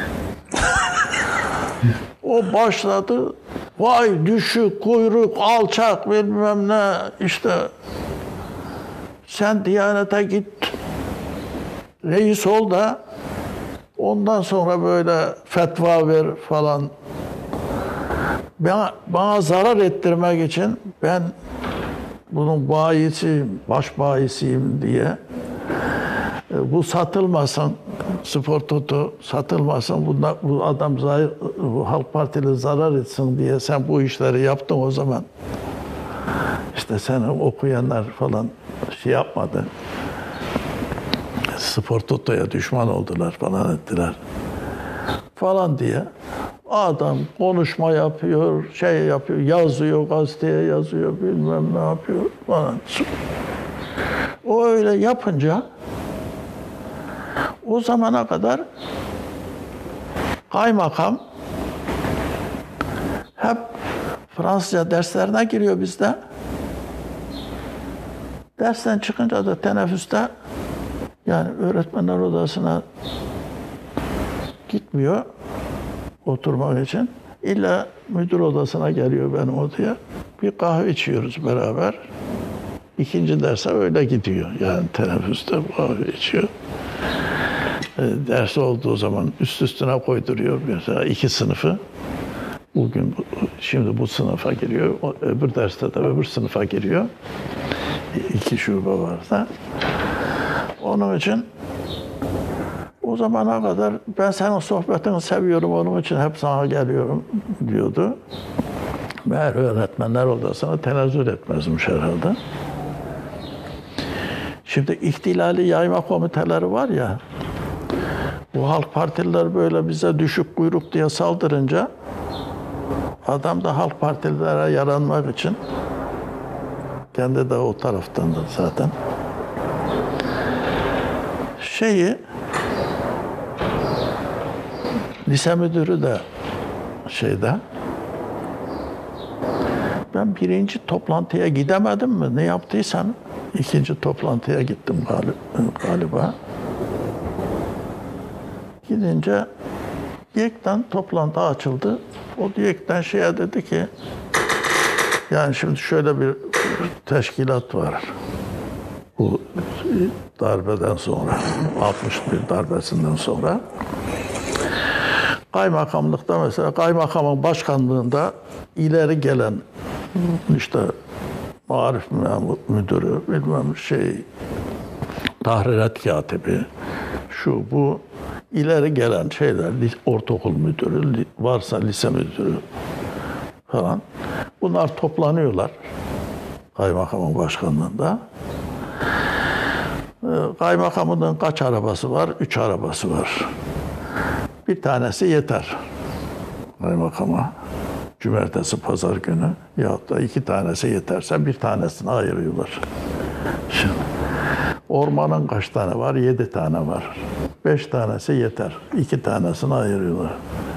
O başladı. Vay düşük, kuyruk, alçak bilmem ne işte. Sen Diyanet'e git. Reis ol da ondan sonra böyle fetva ver falan. Bana, bana zarar ettirmek için ben bunun bayisiyim, baş bayisiyim diye bu satılmasın, Spor Toto satılmasın, bunda, bu adam zayıf, bu Halk Partili zarar etsin diye sen bu işleri yaptın o zaman. İşte seni okuyanlar falan şey yapmadı. Spor Toto'ya düşman oldular falan ettiler. Falan diye. Adam konuşma yapıyor, şey yapıyor, yazıyor, gazeteye yazıyor, bilmem ne yapıyor falan. O öyle yapınca o zamana kadar kaymakam hep Fransızca derslerine giriyor bizde. Dersten çıkınca da teneffüste yani öğretmenler odasına gitmiyor oturmak için. İlla müdür odasına geliyor benim odaya. Bir kahve içiyoruz beraber. İkinci derse öyle gidiyor. Yani teneffüste kahve içiyor. E, ders olduğu zaman üst üstüne koyduruyor. Mesela iki sınıfı. Bugün şimdi bu sınıfa giriyor. O, öbür derste de öbür sınıfa giriyor. İki şube varsa. Onun için o zamana kadar ben senin sohbetini seviyorum, onun için hep sana geliyorum diyordu. Meğer öğretmenler odasına tenezzül etmezmiş herhalde. Şimdi ihtilali yayma komiteleri var ya, bu Halk Partililer böyle bize düşük kuyruk diye saldırınca adam da Halk Partililere yaranmak için kendi de o taraftan da zaten şeyi lise müdürü de şeyde ben birinci toplantıya gidemedim mi? Ne yaptıysam ikinci toplantıya gittim galiba. Gidince DİEK'ten toplantı açıldı. O DİEK'ten şeye dedi ki yani şimdi şöyle bir teşkilat var. Bu darbeden sonra, altmış bir darbesinden sonra kaymakamlıkta mesela kaymakamın başkanlığında ileri gelen işte Marif Müdürü, bilmem şey, tahrirat katibi, şu bu ileri gelen şeyler, ortaokul müdürü, varsa lise müdürü falan. Bunlar toplanıyorlar kaymakamın başkanlığında. Kaymakamının kaç arabası var? Üç arabası var. Bir tanesi yeter kaymakama. Cumartesi, pazar günü yahut da iki tanesi yeterse bir tanesini ayırıyorlar. Şimdi, ormanın kaç tane var? Yedi tane var. Beş tanesi yeter. İki tanesini ayırıyorlar.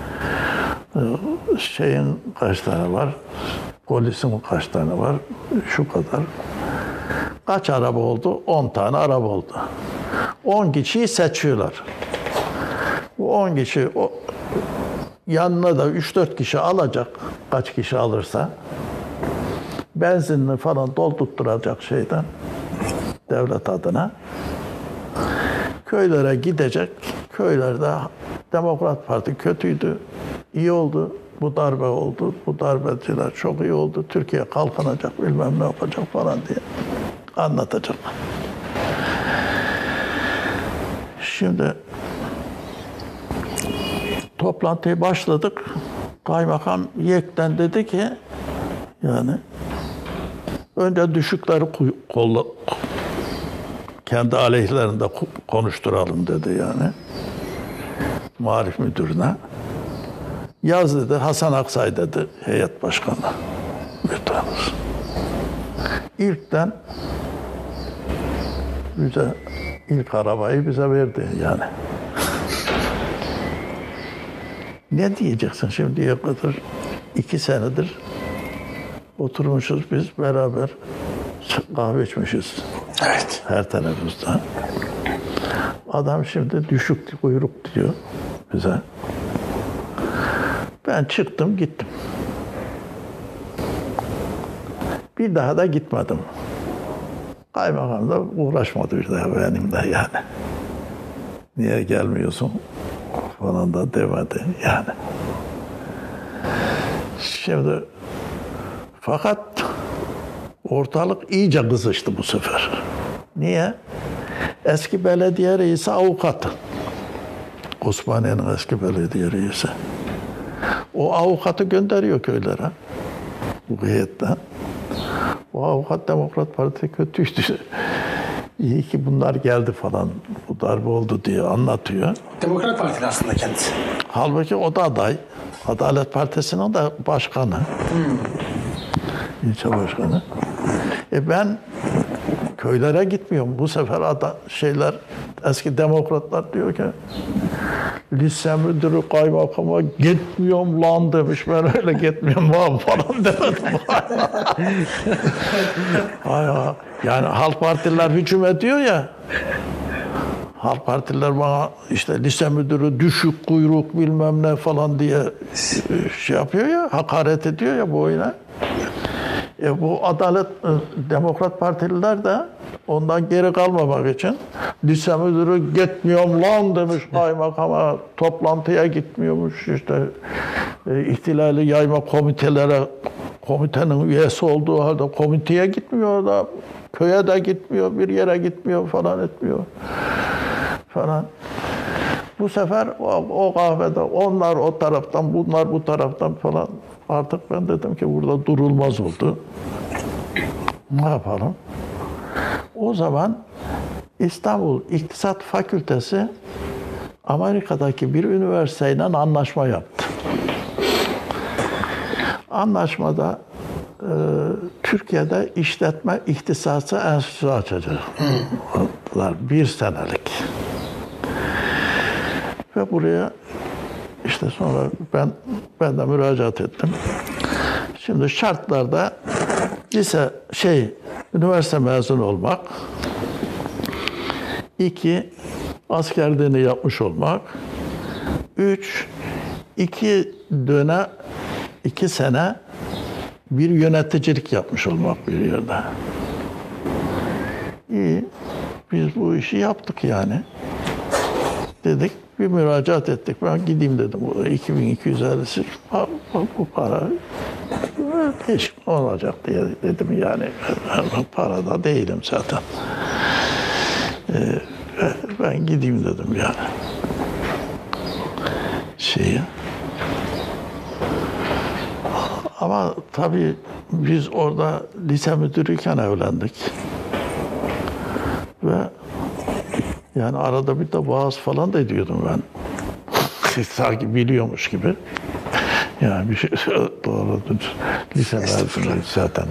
Şeyin kaç tane var? Polisin kaç tane var? Şu kadar. Kaç araba oldu? On tane araba oldu. On kişiyi seçiyorlar. Bu on kişi o, yanına da üç dört kişi alacak. Kaç kişi alırsa. Benzinini falan doldurtturacak şeyden. Devlet adına. Köylere gidecek. Köylerde Demokrat Parti kötüydü. İyi oldu. Bu darbe oldu. Bu darbeciler çok iyi oldu. Türkiye kalkınacak, bilmem ne yapacak falan diye anlatacak. Şimdi toplantıya başladık. Kaymakam YİEK'ten dedi ki yani önce düşükleri kolla, kendi aleyhlerinde konuşturalım dedi yani. Marif müdürüne. Yaz dedi, Hasan Aksay dedi, heyet başkanı. Müdürümüz. İlkten bize, ilk arabayı bize verdi yani. Ne diyeceksin şimdiye kadar? iki senedir oturmuşuz biz beraber kahve içmişiz. Evet. Her teneffüste. Adam şimdi düşük kuyruk diyor bize. Ben çıktım gittim. Bir daha da gitmedim. Kaymakam da uğraşmadı bir daha benimle yani. Niye gelmiyorsun falan da demedi yani. Şimdi fakat ortalık iyice kızıştı bu sefer. Niye? Eski belediye reisi avukat. Osmaniye'nin eski belediye reisi. O avukatı gönderiyor köylere. Bu heyetten. O avukat Demokrat Parti kötüydü. İyi ki bunlar geldi falan. Bu darbe oldu diye anlatıyor. Demokrat Partili aslında kendisi. Halbuki o da aday. Adalet Partisi'nin de başkanı. Hmm. İlçe başkanı. E ben köylere gitmiyorum. Bu sefer ada, şeyler, eski demokratlar diyor ki lise müdürü kaymakama gitmiyorum lan demiş. Ben öyle gitmiyorum lan falan demedim. Yani halk partiler hücum ediyor ya. Halk partiler bana işte lise müdürü düşük kuyruk bilmem ne falan diye şey yapıyor ya, hakaret ediyor ya bu oyuna. E bu Adalet Demokrat Partililer de ondan geri kalmamak için lise müdürü gitmiyorum lan demiş kaymakama, toplantıya gitmiyormuş işte e, ihtilali yayma komitelere, komitenin üyesi olduğu halde komiteye gitmiyor da köye de gitmiyor, bir yere gitmiyor falan etmiyor falan. Bu sefer o, o kahvede onlar o taraftan, bunlar bu taraftan falan. Artık ben dedim ki burada durulmaz oldu. Ne yapalım? O zaman İstanbul İktisat Fakültesi Amerika'daki bir üniversiteyle anlaşma yaptı. Anlaşmada e, Türkiye'de işletme ihtisası enstitüsü açacaklar. Bir senelik. Ve buraya işte sonra ben ben de müracaat ettim. Şimdi şartlarda lise şey üniversite mezunu olmak, iki askerliğini yapmış olmak, üç iki dönem iki sene bir yöneticilik yapmış olmak bir yerde. İyi, biz bu işi yaptık yani. Dedik, bir müracaat ettik. Ben gideyim dedim. iki bin iki yüz elli bu para hiç olacak diye dedim yani. Parada değilim zaten. Ee, ben gideyim dedim yani. Şeyi. Ama tabii biz orada lise müdürüyken evlendik. Ve yani arada bir de vaaz falan da ediyordum ben. Sanki biliyormuş gibi. Yani bir şey doğrudur. Lise mezunuyuz zaten.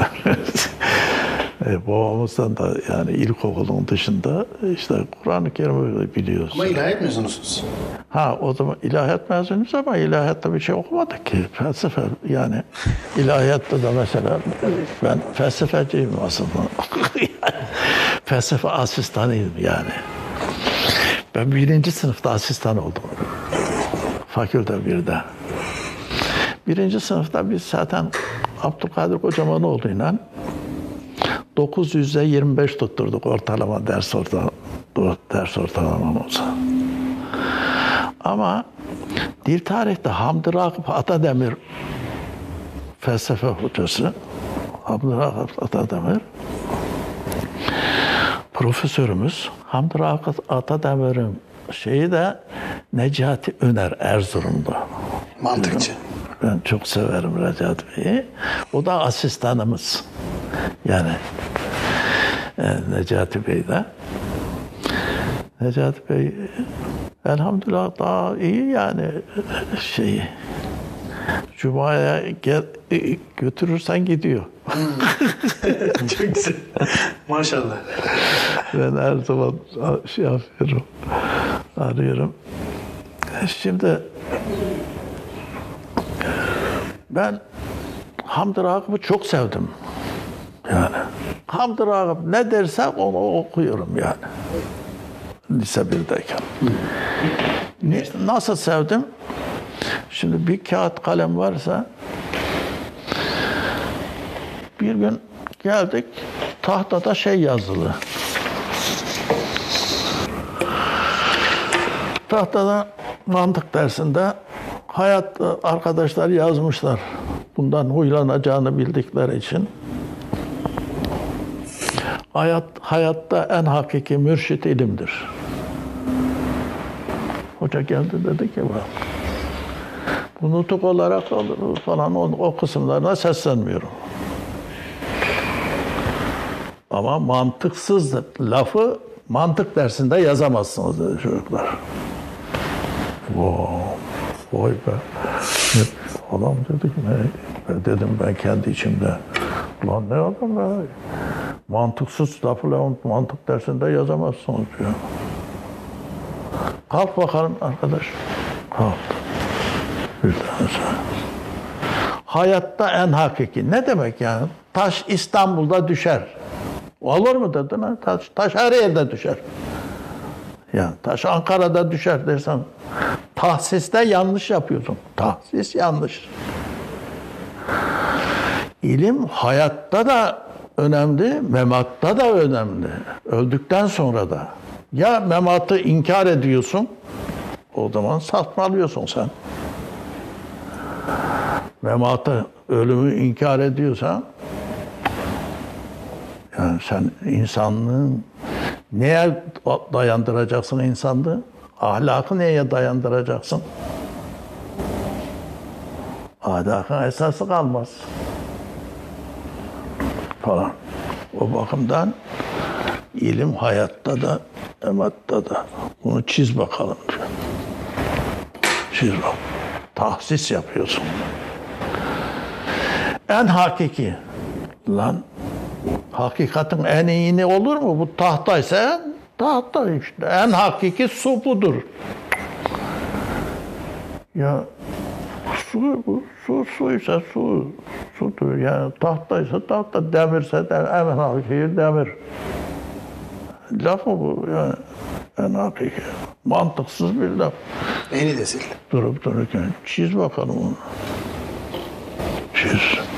e, babamızdan da yani ilkokulun dışında işte Kur'an-ı Kerim'i biliyoruz. Ama ilahiyat mezunusunuz. Ha o zaman ilahiyat mezunuyuz ama ilahiyatta bir şey okumadık ki. Felsefe yani ilahiyatta da mesela ben felsefeciyim aslında. Felsefe asistanıyım yani. Ben birinci sınıfta asistan oldum. Fakülte birde. Birinci sınıfta biz zaten Abdülkadir Kocamanoğlu'yla dokuz yüzde yirmi beş tutturduk ortalama ders orta ders ortalamamızı. Ama dil tarihte Hamdi Rakip Atademir felsefe hocası Hamdi Rakip Atademir profesörümüz Hamdi Rakip Atademir'in şeyi de Necati Öner Erzurum'da. Mantıkçı. Ben çok severim Necati Bey'i. O da asistanımız. Yani e, Necati Bey de. Necati Bey elhamdülillah daha iyi yani şeyi. Cuma'ya gel, götürürsen gidiyor. Çok güzel. Maşallah. Ben her zaman şey yapıyorum. Arıyorum. Şimdi Ben Hamdi Ragıp'ı çok sevdim. Yani Hamdi Ragıp ne derse onu okuyorum yani. Lise birdeyken. Ne, nasıl sevdim? Şimdi bir kağıt kalem varsa bir gün geldik, tahtada şey yazılı. Tahtada mantık dersinde hayat arkadaşlar yazmışlar. Bundan huylanacağını bildikleri için. Hayat, hayatta en hakiki mürşit ilimdir. Hoca geldi dedi ki bak, bu nutuk olarak olur falan o, o kısımlarına seslenmiyorum. Ama mantıksız lafı mantık dersinde yazamazsınız dedi çocuklar. Wow, vay be. Adam dedi ki ne? Dedim ben kendi içimde. Lan ne adam be? Mantıksız lafı mantık dersinde yazamazsınız diyor. Kalk bakalım arkadaş. Kalk. Bir tanesi. Hayatta en hakiki. Ne demek yani? Taş İstanbul'da düşer. Olur mu dedin ha? Taş, taş her yerde düşer. Yani taş Ankara'da düşer dersen tahsiste yanlış yapıyorsun. Tahsis yanlış. İlim hayatta da önemli, mematta da önemli. Öldükten sonra da. Ya mematı inkar ediyorsun, o zaman saçmalıyorsun sen. Mematı, ölümü inkar ediyorsan, yani sen insanlığın neye dayandıracaksın insanlığı? Ahlakı neye dayandıracaksın? Ahlakın esası kalmaz. Falan. O bakımdan ilim hayatta da, ematta da. Bunu çiz bakalım diyor. Çiz bakalım. Tahsis yapıyorsun. En hakiki. Lan hakikatin en iyini olur mu? Bu tahtaysa tahta işte. En hakiki su budur. Ya su bu. Su suysa su. Sudur. Yani tahtaysa tahta, demirse de en hakiki demir. Laf mı bu? Yani en hakiki. Mantıksız bir laf. Yeni nesil. Durup dururken çiz bakalım onu. Çiz.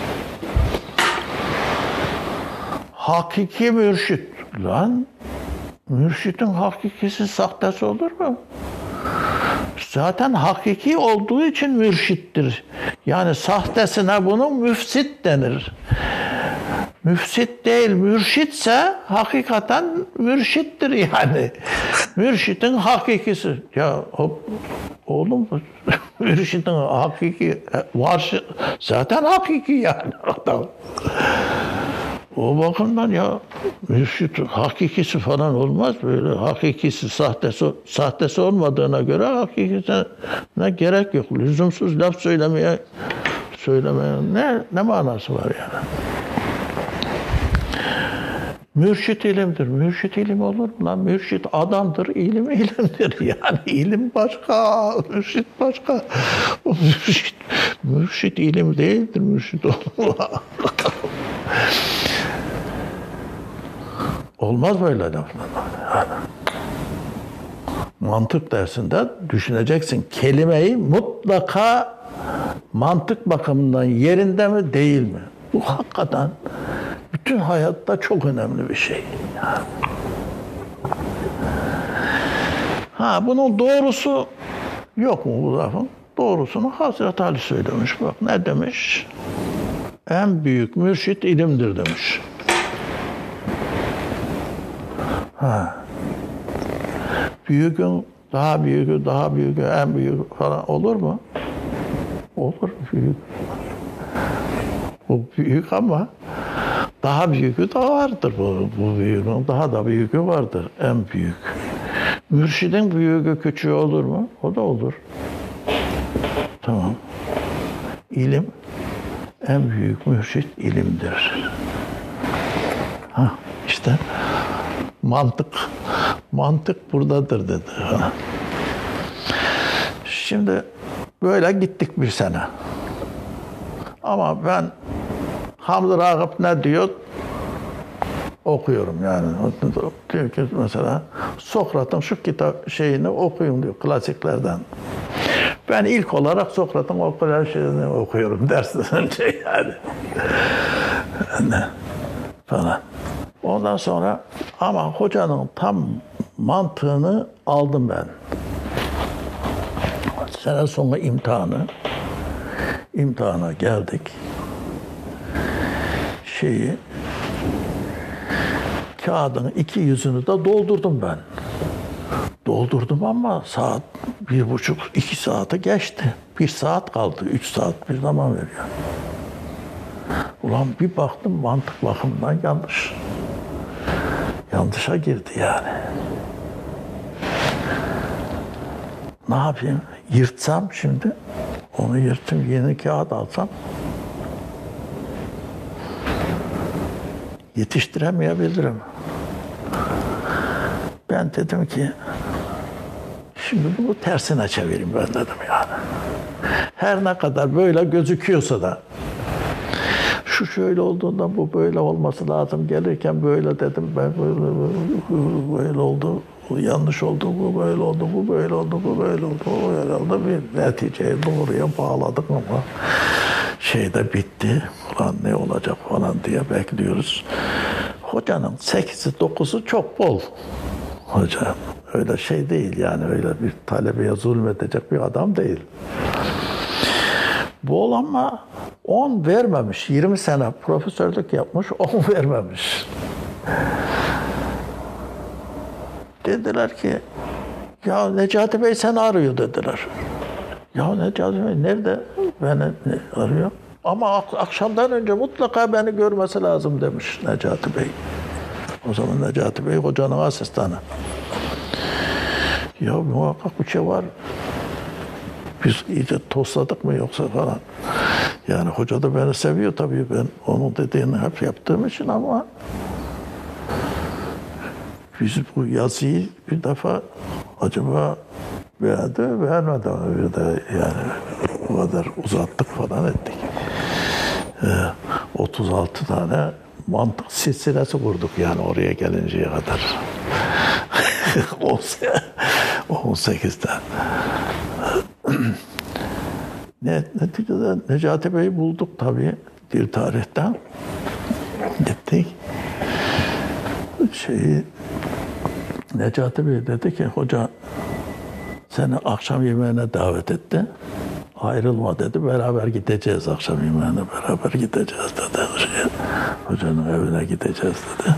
Hakiki mürşit. Lan mürşitin hakikisi sahtesi olur mu? Zaten hakiki olduğu için mürşittir. Yani sahtesine bunun müfsit denir. Müfsit değil, mürşitse hakikaten mürşittir yani. Mürşitin hakikisi. Ya oğlum mürşitin hakiki var, zaten hakiki yani adam. O bakımdan ya mürşit hakikisi falan olmaz böyle. Hakikisi sahtesi, sahtesi olmadığına göre hakikisine gerek yok. Lüzumsuz laf söylemeye söylemeye ne ne manası var yani? Mürşit ilimdir. Mürşit ilim olur mu lan? Mürşit adamdır, ilim ilimdir. Yani ilim başka, mürşit başka. O mürşit, mürşit ilim değildir, mürşit olur. Olmaz böyle laflar. Yani. Mantık dersinde düşüneceksin. Kelimeyi mutlaka mantık bakımından yerinde mi değil mi? Bu hakikaten bütün hayatta çok önemli bir şey. Yani. Ha bunun doğrusu yok mu bu lafın? Doğrusunu Hazreti Ali söylemiş. Bak ne demiş? En büyük mürşit ilimdir demiş. Ha. Büyükün daha büyüğü, daha büyüğü, en büyük falan olur mu? Olur büyük. Bu büyük ama daha büyüğü de vardır. Bu, bu büyüğün daha da büyüğü vardır. En büyük. Mürşidin büyüğü küçüğü olur mu? O da olur. Tamam. İlim en büyük mürşit ilimdir. Ha işte mantık mantık buradadır dedi. Şimdi böyle gittik bir sene. Ama ben Hamdi Ragıp ne diyor? Okuyorum yani. Diyor ki mesela Sokrat'ın şu kitap şeyini okuyun diyor klasiklerden. Ben ilk olarak Sokrat'ın o şeyini okuyorum dersten önce yani. Falan. Ondan sonra ama hocanın tam mantığını aldım ben. Sene sonu imtihanı. İmtihana geldik. Şeyi kağıdın iki yüzünü de doldurdum ben. Doldurdum ama saat bir buçuk, iki saate geçti. Bir saat kaldı, üç saat bir zaman veriyor. Ulan bir baktım mantık bakımından yanlış. Yanlışa girdi yani. Ne yapayım? Yırtsam şimdi, onu yırttım, yeni kağıt alsam yetiştiremeyebilirim. Ben dedim ki şimdi bunu tersine çevireyim ben dedim yani. Her ne kadar böyle gözüküyorsa da şu şöyle olduğunda bu böyle olması lazım. Gelirken böyle dedim ben böyle, böyle oldu. Bu yanlış oldu, bu böyle oldu, bu böyle oldu, bu böyle oldu, bu böyle oldu. Bir neticeye doğruya bağladık ama şey de bitti. Ulan ne olacak falan diye bekliyoruz. Hocanın sekizi dokuzu çok bol. Hoca öyle şey değil yani öyle bir talebeye zulmedecek bir adam değil. Bol ama on vermemiş. yirmi sene profesörlük yapmış, on vermemiş. Dediler ki ya Necati Bey seni arıyor dediler. Ya Necati Bey nerede beni arıyor? Ama akşamdan önce mutlaka beni görmesi lazım demiş Necati Bey. O zaman Necati Bey hocanın asistanı. Ya muhakkak bir şey var. Biz iyice tosladık mı yoksa falan. Yani hoca da beni seviyor tabii ben onun dediğini hep yaptığım için ama biz bu yazıyı bir defa acaba beğendi, beğenmedi bir de yani o kadar uzattık falan ettik. Ee, otuz altı tane mantık silsilesi kurduk yani oraya gelinceye kadar. on sekizde. Neticede Necati Bey'i bulduk tabii dil tarihten. Gittik. Şeyi Necati Bey dedi ki hoca seni akşam yemeğine davet etti. Ayrılma dedi. Beraber gideceğiz akşam yemeğine. Beraber gideceğiz dedi. Şey, hocanın evine gideceğiz dedi.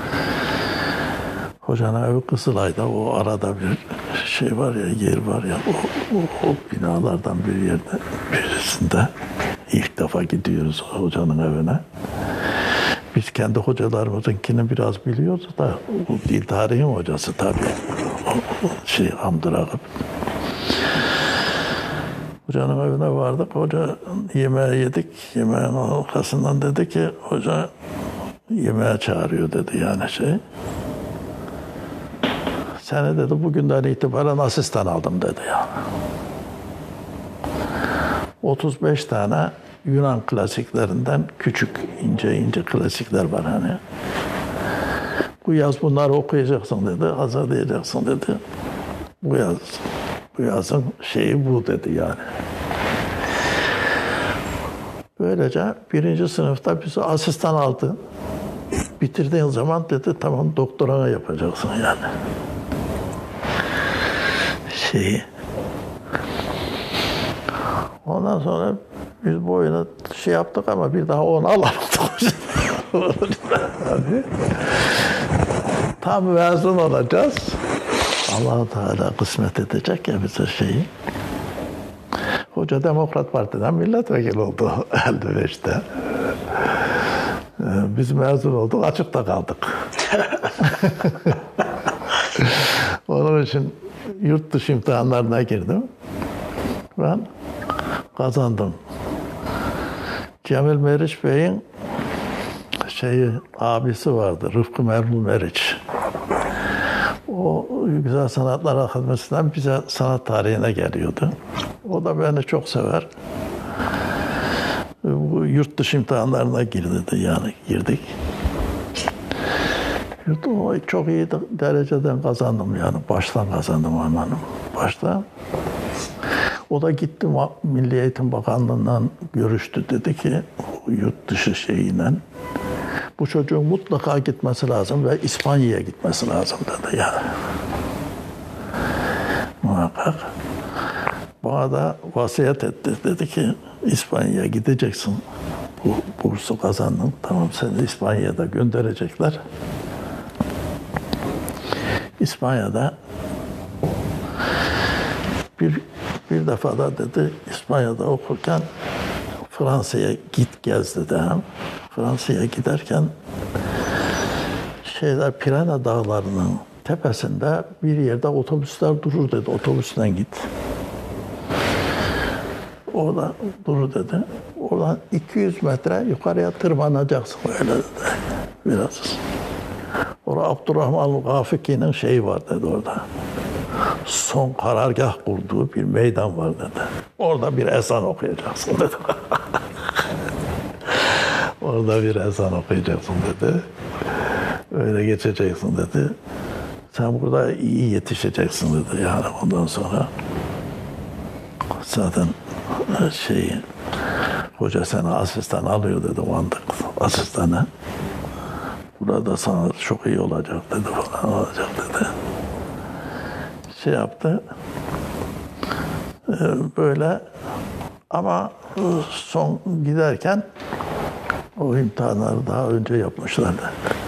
Hocanın evi Kızılay'da. O arada bir şey var ya, yer var ya. O, o, o binalardan bir yerde birisinde ilk defa gidiyoruz hocanın evine. Biz kendi hocalarımızınkini biraz biliyoruz da o dil tarihin hocası tabii. O, o şey Hamdi Ragıp. Hocanın evine vardık. Hoca yemeği yedik. Yemeğin arkasından dedi ki hoca yemeğe çağırıyor dedi yani şey. Seni dedi bugünden itibaren asistan aldım dedi ya. otuz beş tane Yunan klasiklerinden küçük, ince ince klasikler var hani. Bu yaz bunları okuyacaksın dedi, hazırlayacaksın dedi. Bu yaz, bu yazın şeyi bu dedi yani. Böylece birinci sınıfta bizi asistan aldı. Bitirdiğin zaman dedi tamam doktorana yapacaksın yani. Şeyi. Ondan sonra biz bu oyunu şey yaptık ama bir daha onu alamadık. Tam mezun olacağız. Allah-u Teala kısmet edecek ya bize şeyi. Hoca Demokrat Parti'den milletvekili oldu elli beşte. Biz mezun olduk, açıkta kaldık. Onun için yurt dışı imtihanlarına girdim. Ben kazandım. Cemil Meriç Bey'in şeyi abisi vardı, Rıfkı Merhum Meriç. O Güzel Sanatlar Akademisi'nden bize sanat tarihine geliyordu. O da beni çok sever. Bu yurt dışı imtihanlarına girdi yani girdik. Yurt, çok iyi dereceden kazandım yani baştan kazandım anladım. Baştan. O da gitti Milli Eğitim Bakanlığı'ndan görüştü dedi ki yurt dışı şeyiyle bu çocuğun mutlaka gitmesi lazım ve İspanya'ya gitmesi lazım dedi yani. Muhakkak. Bana da vasiyet etti. Dedi ki İspanya'ya gideceksin. Bu bursu kazandın. Tamam seni İspanya'da gönderecekler. İspanya'da bir bir defa da dedi İspanya'da okurken Fransa'ya git gez dedi. Fransa'ya giderken şeyler Pirana Dağları'nın tepesinde bir yerde otobüsler durur dedi. Otobüsten git. Orada durur dedi. Oradan iki yüz metre yukarıya tırmanacaksın öyle dedi. Biraz. Orada Abdurrahman Gafiki'nin şeyi var dedi orada. Son karargah kurduğu bir meydan var dedi. Orada bir ezan okuyacaksın dedi. Orada bir ezan okuyacaksın dedi. Öyle geçeceksin dedi. Sen burada iyi yetişeceksin dedi yani ondan sonra. Zaten şey hoca seni asistan alıyor dedi o anda asistanı. Burada sana çok iyi olacak dedi falan olacak dedi. Şey yaptı. Böyle ama son giderken o imtihanları daha önce yapmışlardı.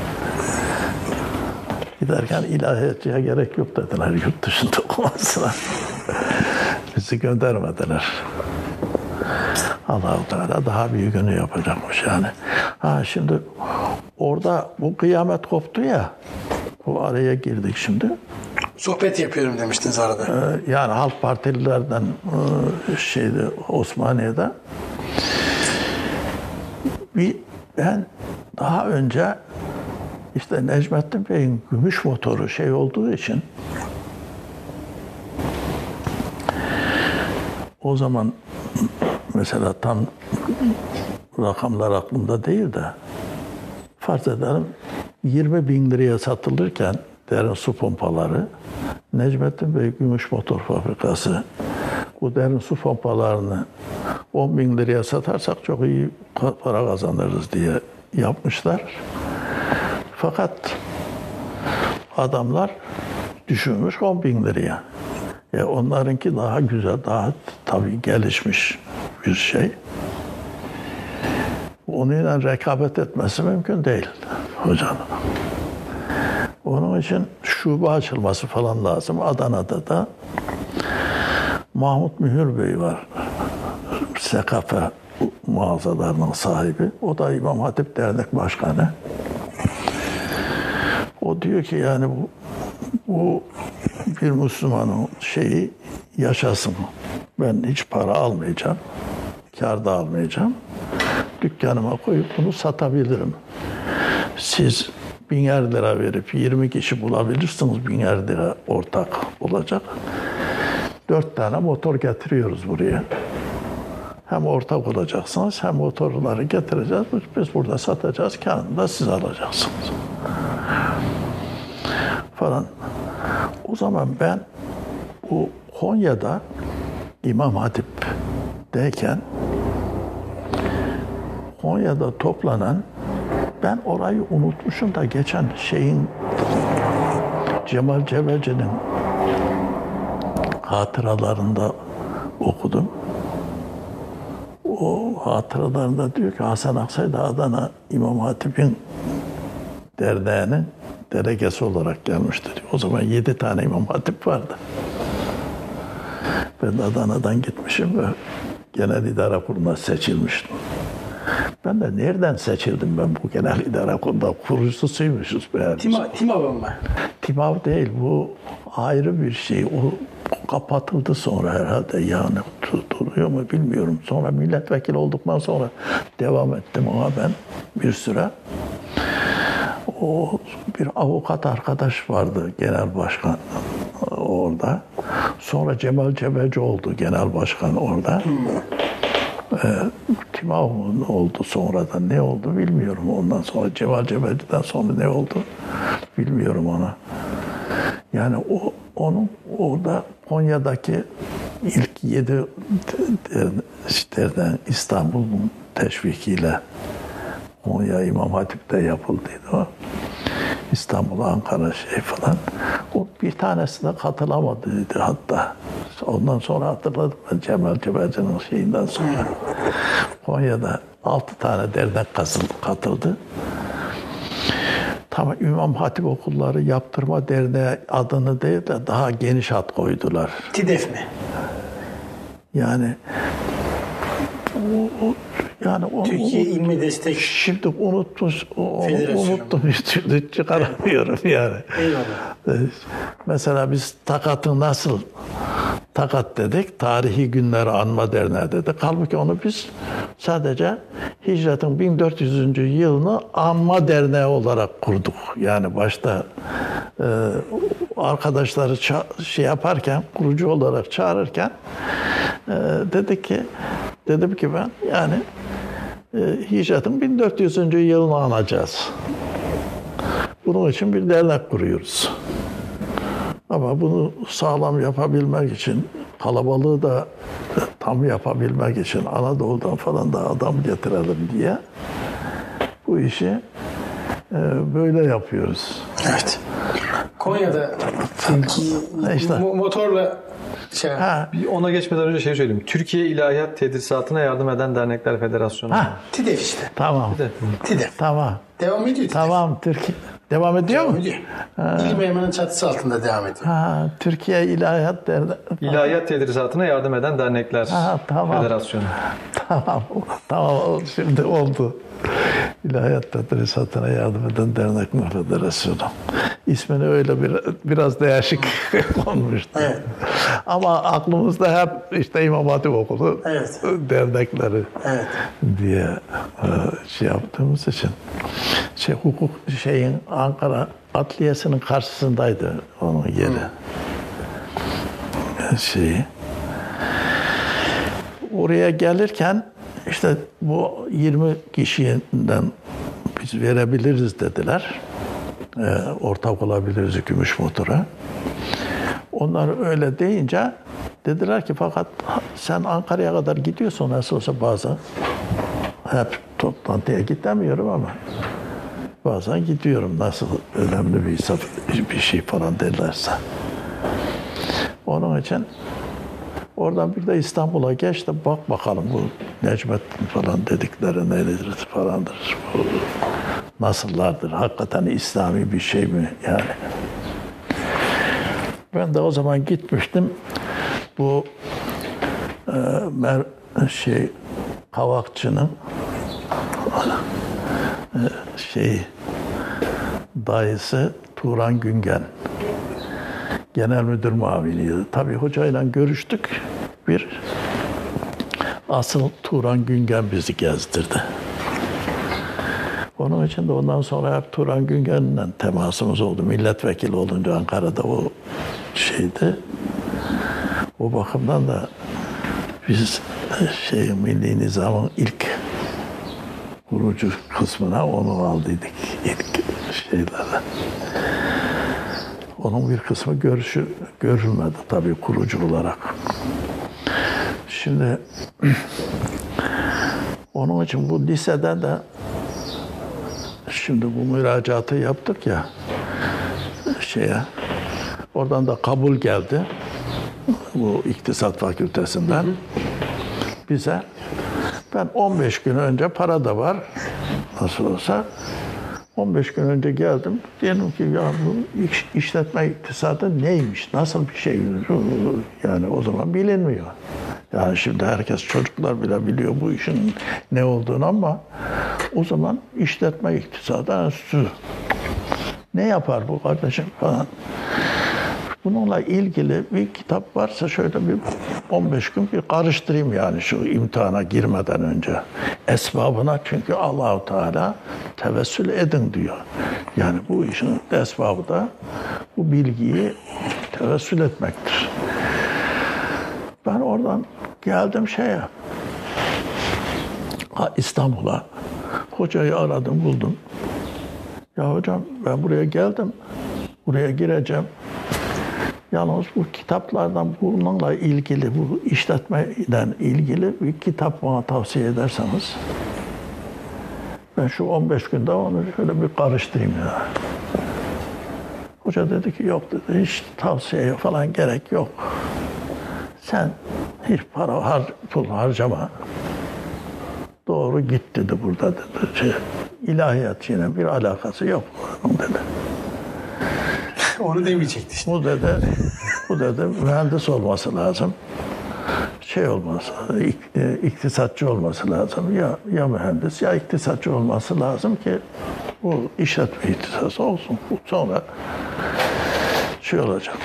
Giderken ilahiyatçıya gerek yok dediler yurt dışında okumasına. Bizi göndermediler. Allah-u Teala daha büyüğünü yapacakmış yani. Ha şimdi orada bu kıyamet koptu ya. Bu araya girdik şimdi. Sohbet yapıyorum demiştiniz arada. Ee, yani Halk Partililerden şeydi Osmaniye'de. Bir ben daha önce işte Necmettin Bey'in gümüş motoru şey olduğu için o zaman mesela tam rakamlar aklımda değil de farz edelim yirmi bin liraya satılırken derin su pompaları Necmettin Bey Gümüş Motor Fabrikası bu derin su pompalarını on bin liraya satarsak çok iyi para kazanırız diye yapmışlar. Fakat adamlar düşünmüş on bin liraya. E onlarınki daha güzel, daha tabii gelişmiş bir şey. Onunla rekabet etmesi mümkün değil hocanın. Onun için şube açılması falan lazım. Adana'da da Mahmut Mühür Bey var. S K F mağazalarının sahibi. O da İmam Hatip Dernek Başkanı. O diyor ki yani bu, bu bir Müslümanın şeyi yaşasın. Ben hiç para almayacağım. Kâr da almayacağım. Dükkanıma koyup bunu satabilirim. Siz biner lira verip yirmi kişi bulabilirsiniz. Biner lira ortak olacak. Dört tane motor getiriyoruz buraya. Hem ortak olacaksınız hem motorları getireceğiz. Biz burada satacağız. Kârını da siz alacaksınız. Falan. O zaman ben bu Konya'da İmam Hatip'teyken Konya'da toplanan ben orayı unutmuşum da geçen şeyin Cemal Cebeci'nin hatıralarında okudum. O hatıralarında diyor ki Hasan Aksay da Adana İmam Hatip'in derneğinin delegesi olarak gelmişti diyor. O zaman yedi tane İmam Hatip vardı. Ben de Adana'dan gitmişim ve Genel İdare Kurulu'na seçilmiştim. Ben de nereden seçildim ben bu Genel İdare Kurulu'nda? Kurucusuymuşuz be. Tima, TİMAV mı? TİMAV değil, bu ayrı bir şey. O kapatıldı sonra herhalde yani tutuluyor mu bilmiyorum. Sonra milletvekili olduktan sonra devam ettim ama ben bir süre. O bir avukat arkadaş vardı genel başkan orada. Sonra Cemal Cebeci oldu genel başkan orada. Ee, Timah'ın oldu sonradan ne oldu bilmiyorum. Ondan sonra Cemal Cebeci'den sonra ne oldu bilmiyorum ona. Yani o onun orada Konya'daki ilk yedi derden İstanbul'un teşvikiyle Konya İmam Hatip'te yapıldıydı o. İstanbul, Ankara şey falan. O bir tanesi de katılamadıydı hatta. Ondan sonra hatırladım ben Cemal Cebeci'nin şeyinden sonra. Konya'da altı tane dernek katıldı. Tamam, İmam Hatip Okulları Yaptırma Derneği adını değil de daha geniş ad koydular. TİDEF mi? Yani o, o yani o, Türkiye o, İlmi Destek. Şimdi unutmuş, o, Federasyonu. unuttum bir türlü çıkaramıyorum yani. Eyvallah. Mesela biz takatı nasıl takat dedik, Tarihi Günleri Anma Derneği dedik. Halbuki onu biz sadece Hicret'in bin dört yüzüncü yılını Anma Derneği olarak kurduk. Yani başta e, arkadaşları ça- şey yaparken, kurucu olarak çağırırken e, dedik ki, dedim ki ben yani e, Hicret'in bin dört yüzüncü yılını anacağız. Bunun için bir dernek kuruyoruz. Ama bunu sağlam yapabilmek için, kalabalığı da tam yapabilmek için Anadolu'dan falan da adam getirelim diye bu işi e, böyle yapıyoruz. Evet. Konya'da İşte. mo- motorla şey Ha, Bir ona geçmeden önce şey söyleyeyim. Türkiye İlahiyat Tedrisatına Yardım Eden Dernekler Federasyonu. ha, TİDEF işte. tamam, Bir de- TİDEF. tamam, Devam ediyor TİDEF. tamam. Türkiye devam ediyor Devam mu? ediyor. İlim Meyman'ın çatısı altında devam ediyor. Ha, Türkiye İlahiyat Derneği. İlahiyat Tedrisatına Yardım Eden Dernekler Ha, tamam. Federasyonu. Tamam, tamam, şimdi oldu. İlahiyat Tedrisatına Yardım Eden Dernekler Federasyonu. İsmini öyle bir, biraz değişik konmuştu. Evet. Ama aklımızda hep işte İmam Hatip Okulu Evet. dernekleri Evet. diye e, şey yaptığımız için. Şey, hukuk şeyin Ankara Adliyesi'nin karşısındaydı onun yeri. Şeyi. Oraya gelirken işte bu yirmi kişiden biz verebiliriz dediler. Ee, ortak olabiliriz gümüş motora. Onlar öyle deyince dediler ki fakat sen Ankara'ya kadar gidiyorsun nasıl olsa bazen. Hep toplantıya gidemiyorum ama bazen gidiyorum nasıl önemli bir, bir şey falan derlerse. Onun için oradan bir de İstanbul'a geç de bak bakalım bu Necmettin falan dedikleri nedir falandır. Bu nasıllardır? Hakikaten İslami bir şey mi yani? Ben de o zaman gitmiştim. Bu e, mer, şey Kavakçı'nın e, şey dayısı Turan Güngen. Genel müdür muaviniydi. Tabii hocayla görüştük. Bir asıl Turan Güngen bizi gezdirdi. Onun için de ondan sonra hep Turan Güngen'le temasımız oldu. Milletvekili olunca Ankara'da o şeydi. O bakımdan da biz şey Milli Nizam'ın ilk kurucu kısmına onu aldıydık. İlk şeylerden. Onun bir kısmı görüşü, görülmedi tabii kurucu olarak. Şimdi onun için bu lisede de şimdi bu müracaatı yaptık ya şeye oradan da kabul geldi bu İktisat Fakültesinden bize. Ben on beş gün önce para da var nasıl olsa on beş gün önce geldim. Diyelim ki ya bu iş, işletme iktisadı neymiş? Nasıl bir şey? Yani o zaman bilinmiyor. Yani şimdi herkes çocuklar bile biliyor bu işin ne olduğunu ama o zaman işletme iktisadı enstitüsü. Ne yapar bu kardeşim falan. Bununla ilgili bir kitap varsa şöyle bir on beş gün bir karıştırayım yani şu imtihana girmeden önce. Esbabına çünkü Allah-u Teala tevessül edin diyor. Yani bu işin esbabı da bu bilgiyi tevessül etmektir. Ben oradan geldim şeye, İstanbul'a. Hocayı aradım, buldum. Ya hocam ben buraya geldim. Buraya gireceğim. Yalnız bu kitaplardan bununla ilgili, bu işletmeyle ilgili bir kitap bana tavsiye ederseniz ben şu on beş günde onu şöyle bir karıştırayım ya. Hoca dedi ki yok dedi, hiç tavsiyeye falan gerek yok. Sen hiç para har pul harcama. Doğru git dedi burada dedi. Şey, ilahiyat yine bir alakası yok bunun dedi. Onu demeyecekti işte. Bu dedi, bu dedi mühendis olması lazım. Şey olması, ik- iktisatçı olması lazım. Ya ya mühendis ya iktisatçı olması lazım ki bu işletme ihtisası olsun. Sonra şey olacak.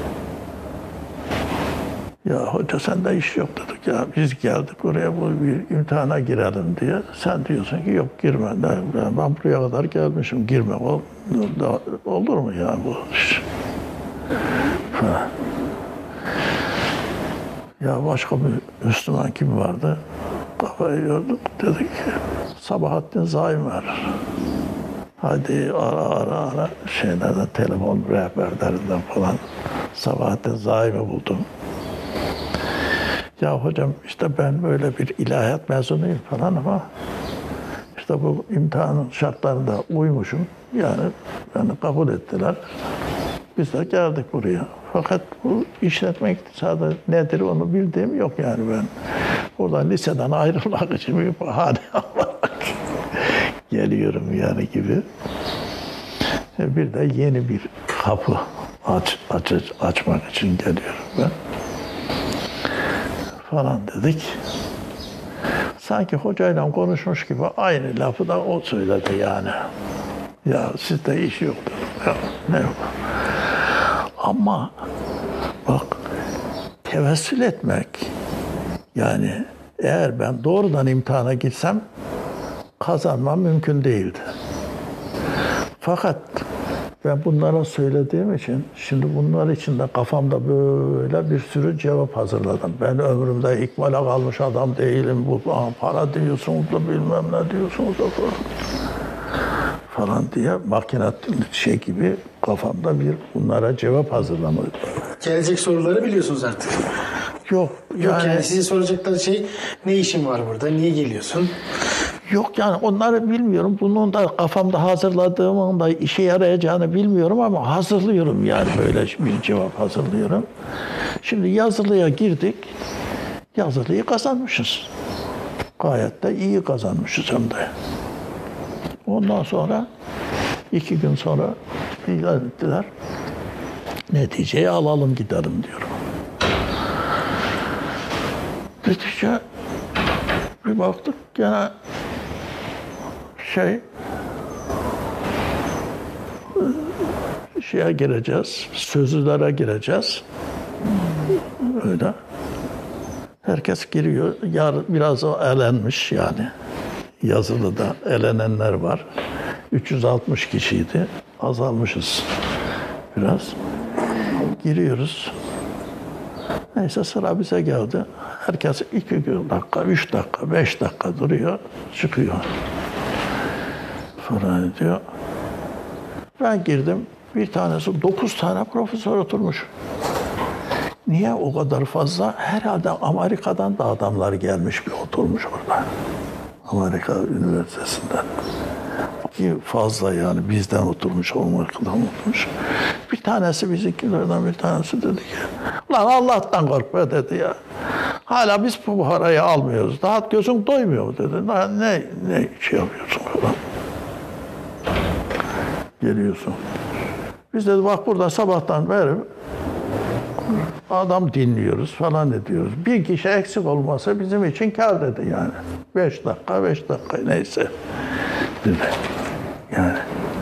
Ya hoca sende iş yok dedik ya. Biz geldik buraya bu bir imtihana girelim diye. Sen diyorsun ki yok girme. Ben, ben buraya kadar gelmişim. Girme. Ol, olur mu ya bu iş? Ha. Ya başka bir Müslüman kim vardı? Kafayı gördük. Dedik ki Sabahattin Zaim var. Hadi ara ara ara şeylerden, telefon rehberlerinden falan Sabahattin Zaim'i buldum. Ya hocam işte ben böyle bir ilahiyat mezunuyum falan ama işte bu imtihanın şartlarında uymuşum. Yani beni kabul ettiler. Biz de geldik buraya. Fakat bu işletme iktisadı nedir onu bildiğim yok yani ben. Buradan liseden ayrılmak için bir bahane olarak geliyorum yani gibi. Bir de yeni bir kapı aç, aç, açmak için geliyorum ben. Falan dedik. Sanki hocayla konuşmuş gibi aynı lafı da o söyledi yani. Ya sizde iş yok dedim. Ya, ne yok? Ama bak tevessül etmek yani eğer ben doğrudan imtihana gitsem kazanmam mümkün değildi. Fakat ben bunlara söylediğim için şimdi bunlar için de kafamda böyle bir sürü cevap hazırladım. Ben ömrümde ikmale kalmış adam değilim. Bu para diyorsunuz da bilmem ne diyorsunuz da falan. falan diye makine şey gibi kafamda bir bunlara cevap hazırlamadım. Gelecek soruları biliyorsunuz artık. Yok yani, Yok yani size soracakları şey ne işin var burada, niye geliyorsun? Yok yani onları bilmiyorum. Bunun da kafamda hazırladığımın da işe yarayacağını bilmiyorum ama hazırlıyorum yani böyle bir cevap hazırlıyorum. Şimdi yazılıya girdik. Yazılıyı kazanmışız. Gayet de iyi kazanmışız hem de. Ondan sonra iki gün sonra ilan ettiler. Neticeyi alalım gidelim diyorum. Netice bir baktık gene şey şeye gireceğiz, sözlülere gireceğiz. Öyle. Herkes giriyor. Yar, biraz o elenmiş yani. Yazılıda elenenler var. üç yüz altmış kişiydi. Azalmışız biraz. Giriyoruz. Neyse sıra bize geldi. Herkes iki dakika, üç dakika, beş dakika duruyor, çıkıyor. Falan diyor. Ben girdim. Bir tanesi dokuz tane profesör oturmuş. Niye o kadar fazla? Herhalde Amerika'dan da adamlar gelmiş bir oturmuş orada. Amerika Üniversitesi'nden. Ki fazla yani bizden oturmuş, Amerika'dan oturmuş. Bir tanesi bizimkilerden bir tanesi dedi ki lan Allah'tan kork be dedi ya. Hala biz bu parayı almıyoruz. Daha gözün doymuyor mu dedi. Daha ne, ne şey yapıyorsun falan. Geliyorsun. Biz dedi bak burada sabahtan beri adam dinliyoruz falan ediyoruz. Bir kişi eksik olmasa bizim için kâr dedi yani. Beş dakika, beş dakika neyse dedi. Yani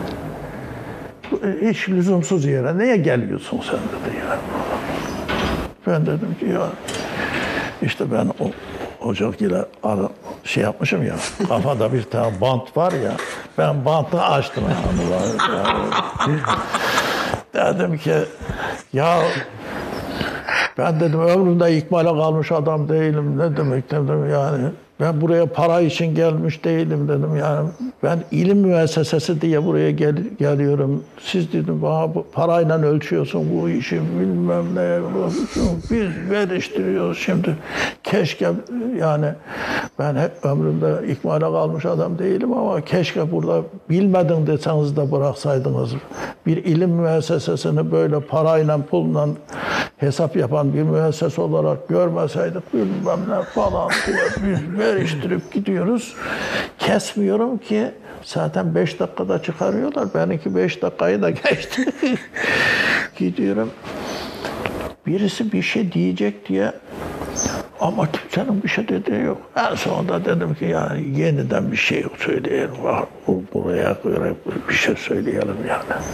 hiç lüzumsuz yere neye geliyorsun sen dedi yani. Ben dedim ki ya işte ben o ocakıyla şey yapmışım ya kafada bir tane bant var ya ben bantı açtım yani. Dedim ki ya ben dedim ömrümde ikmale kalmış adam değilim ne demek dedim yani Ben buraya para için gelmiş değilim dedim. Yani ben ilim müessesesi diye buraya gel, geliyorum. Siz dedim bana bu parayla ölçüyorsun bu işi bilmem ne. Biz veriştiriyoruz şimdi. Keşke yani ben hep ömrümde ikmale kalmış adam değilim ama keşke burada bilmedin deseniz de bıraksaydınız. Bir ilim müessesesini böyle parayla pulla hesap yapan bir müessese olarak görmeseydik bilmem ne falan diye biz veriştirip gidiyoruz. Kesmiyorum ki zaten beş dakikada çıkarıyorlar. Benimki beş dakikayı da geçti. Gidiyorum. Birisi bir şey diyecek diye ama kimsenin bir şey dediği yok. En sonunda dedim ki ya yeniden bir şey söyleyelim. Buraya göre bir şey söyleyelim yani.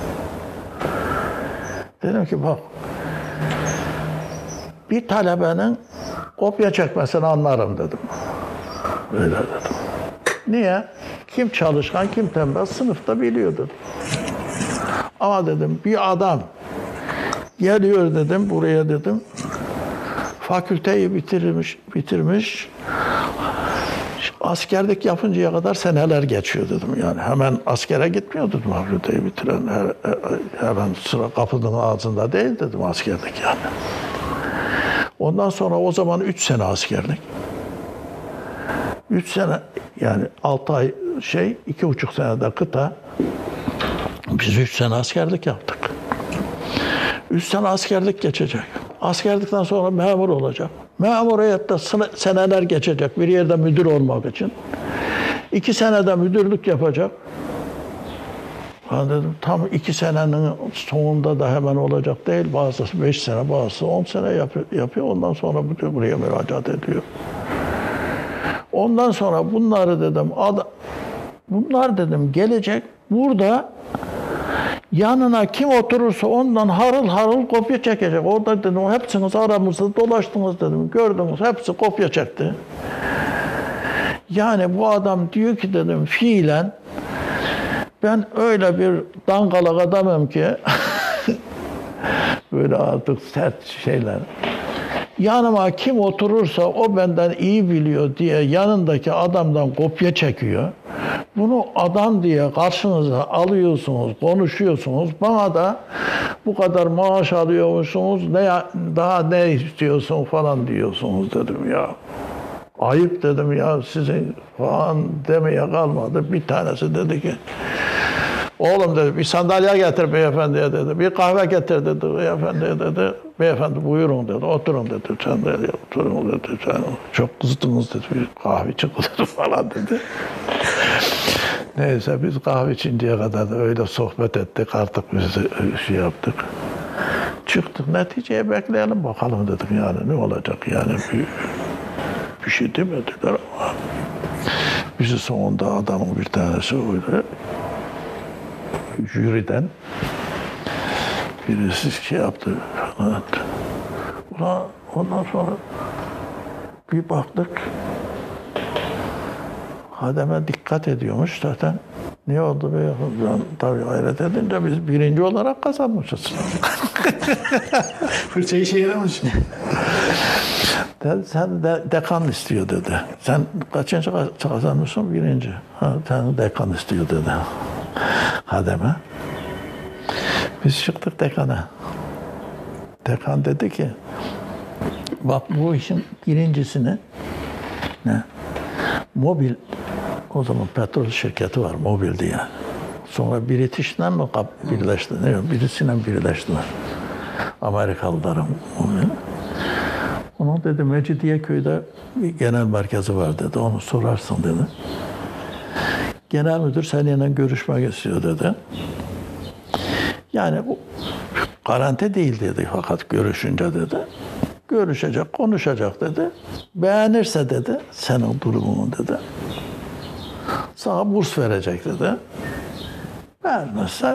Dedim ki bak bir talebenin kopya çekmesini anlarım dedim. Öyle dedim. Niye? Kim çalışkan, kim tembel sınıfta biliyor dedim. Ama dedim bir adam geliyor dedim buraya dedim. Fakülteyi bitirmiş, bitirmiş. Askerlik yapıncaya kadar seneler geçiyor dedim. Yani hemen askere gitmiyor dedim fakülteyi bitiren. Her, hemen sıra kapının ağzında değil dedim askerlik yani. Ondan sonra o zaman üç sene askerlik. Üç sene yani altı ay şey, iki buçuk senede kıta. Biz üç sene askerlik yaptık. Üç sene askerlik geçecek. Askerlikten sonra memur olacak. Memuriyetle seneler geçecek bir yerde müdür olmak için. İki senede müdürlük yapacak. Ben dedim tam iki senenin sonunda da hemen olacak değil. Bazısı beş sene, bazısı on sene yapıyor. yapıyor. Ondan sonra buraya müracaat ediyor. Ondan sonra bunları dedim, bunlar dedim gelecek burada yanına kim oturursa ondan harıl harıl kopya çekecek. Orada dedim hepsiniz aramızda dolaştınız dedim. Gördünüz hepsi kopya çekti. Yani bu adam diyor ki dedim fiilen ben öyle bir dangalak adamım ki böyle artık sert şeyler. Yanıma kim oturursa o benden iyi biliyor diye yanındaki adamdan kopya çekiyor. Bunu adam diye karşınıza alıyorsunuz, konuşuyorsunuz. Bana da bu kadar maaş alıyormuşsunuz, ne daha ne istiyorsun falan diyorsunuz dedim ya. Ayıp dedim ya sizin falan demeye kalmadı. Bir tanesi dedi ki oğlum dedi bir sandalye getir beyefendiye dedi. Bir kahve getir dedi beyefendiye dedi. Beyefendi buyurun dedi. Oturun dedi. Sandalye oturun dedi. Sen çok kızdınız dedi. Bir kahve çıkılır falan dedi. Neyse biz kahve içinceye kadar da öyle sohbet ettik. Artık biz şey yaptık. Çıktık neticeye bekleyelim bakalım dedim yani ne olacak yani bir, bir şey demediler ama bizi sonunda adamın bir tanesi öyle jüriden birisi şey yaptı. Ulan ondan sonra bir baktık hademe dikkat ediyormuş zaten. Ne oldu be? Ben tabii hayret edince biz birinci olarak kazanmışız. Fırçayı şey yaramış. Sen de dekan istiyor dedi. Sen kaçıncı kazanmışsın? Birinci. Ha, sen dekan istiyor dedi. Hademe. Biz çıktık dekana. Dekan dedi ki bak bu işin birincisini ne? Mobil o zaman petrol şirketi var Mobil diye. Sonra British'le mi birleşti? Ne? Birisiyle birleştiler. Amerikalıların Mobil. Onun dedi Mecidiyeköy'de bir genel merkezi var dedi. Onu sorarsın dedi. Genel müdür seninle görüşmek istiyor dedi. Yani bu garanti değil dedi fakat görüşünce dedi. Görüşecek, konuşacak dedi. Beğenirse dedi senin durumunu dedi. Sana burs verecek dedi. Beğenmezse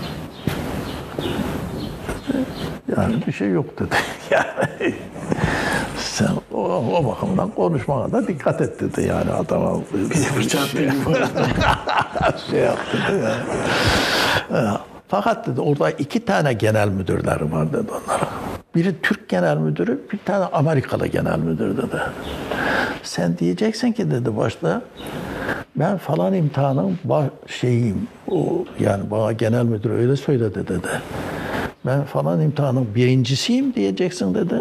yani bir şey yok dedi. Yani sen o, o bakımdan konuşmana da dikkat et dedi yani adama. Bir de fırça attı gibi. Şey yaptı dedi yani. Fakat dedi orada iki tane genel müdürleri var dedi onlara. Biri Türk genel müdürü, bir tane Amerikalı genel müdür dedi. Sen diyeceksin ki dedi başta, ben falan imtihanın baş şeyiyim. O yani bana genel müdür öyle söyledi dedi. Ben falan imtihanın birincisiyim diyeceksin dedi.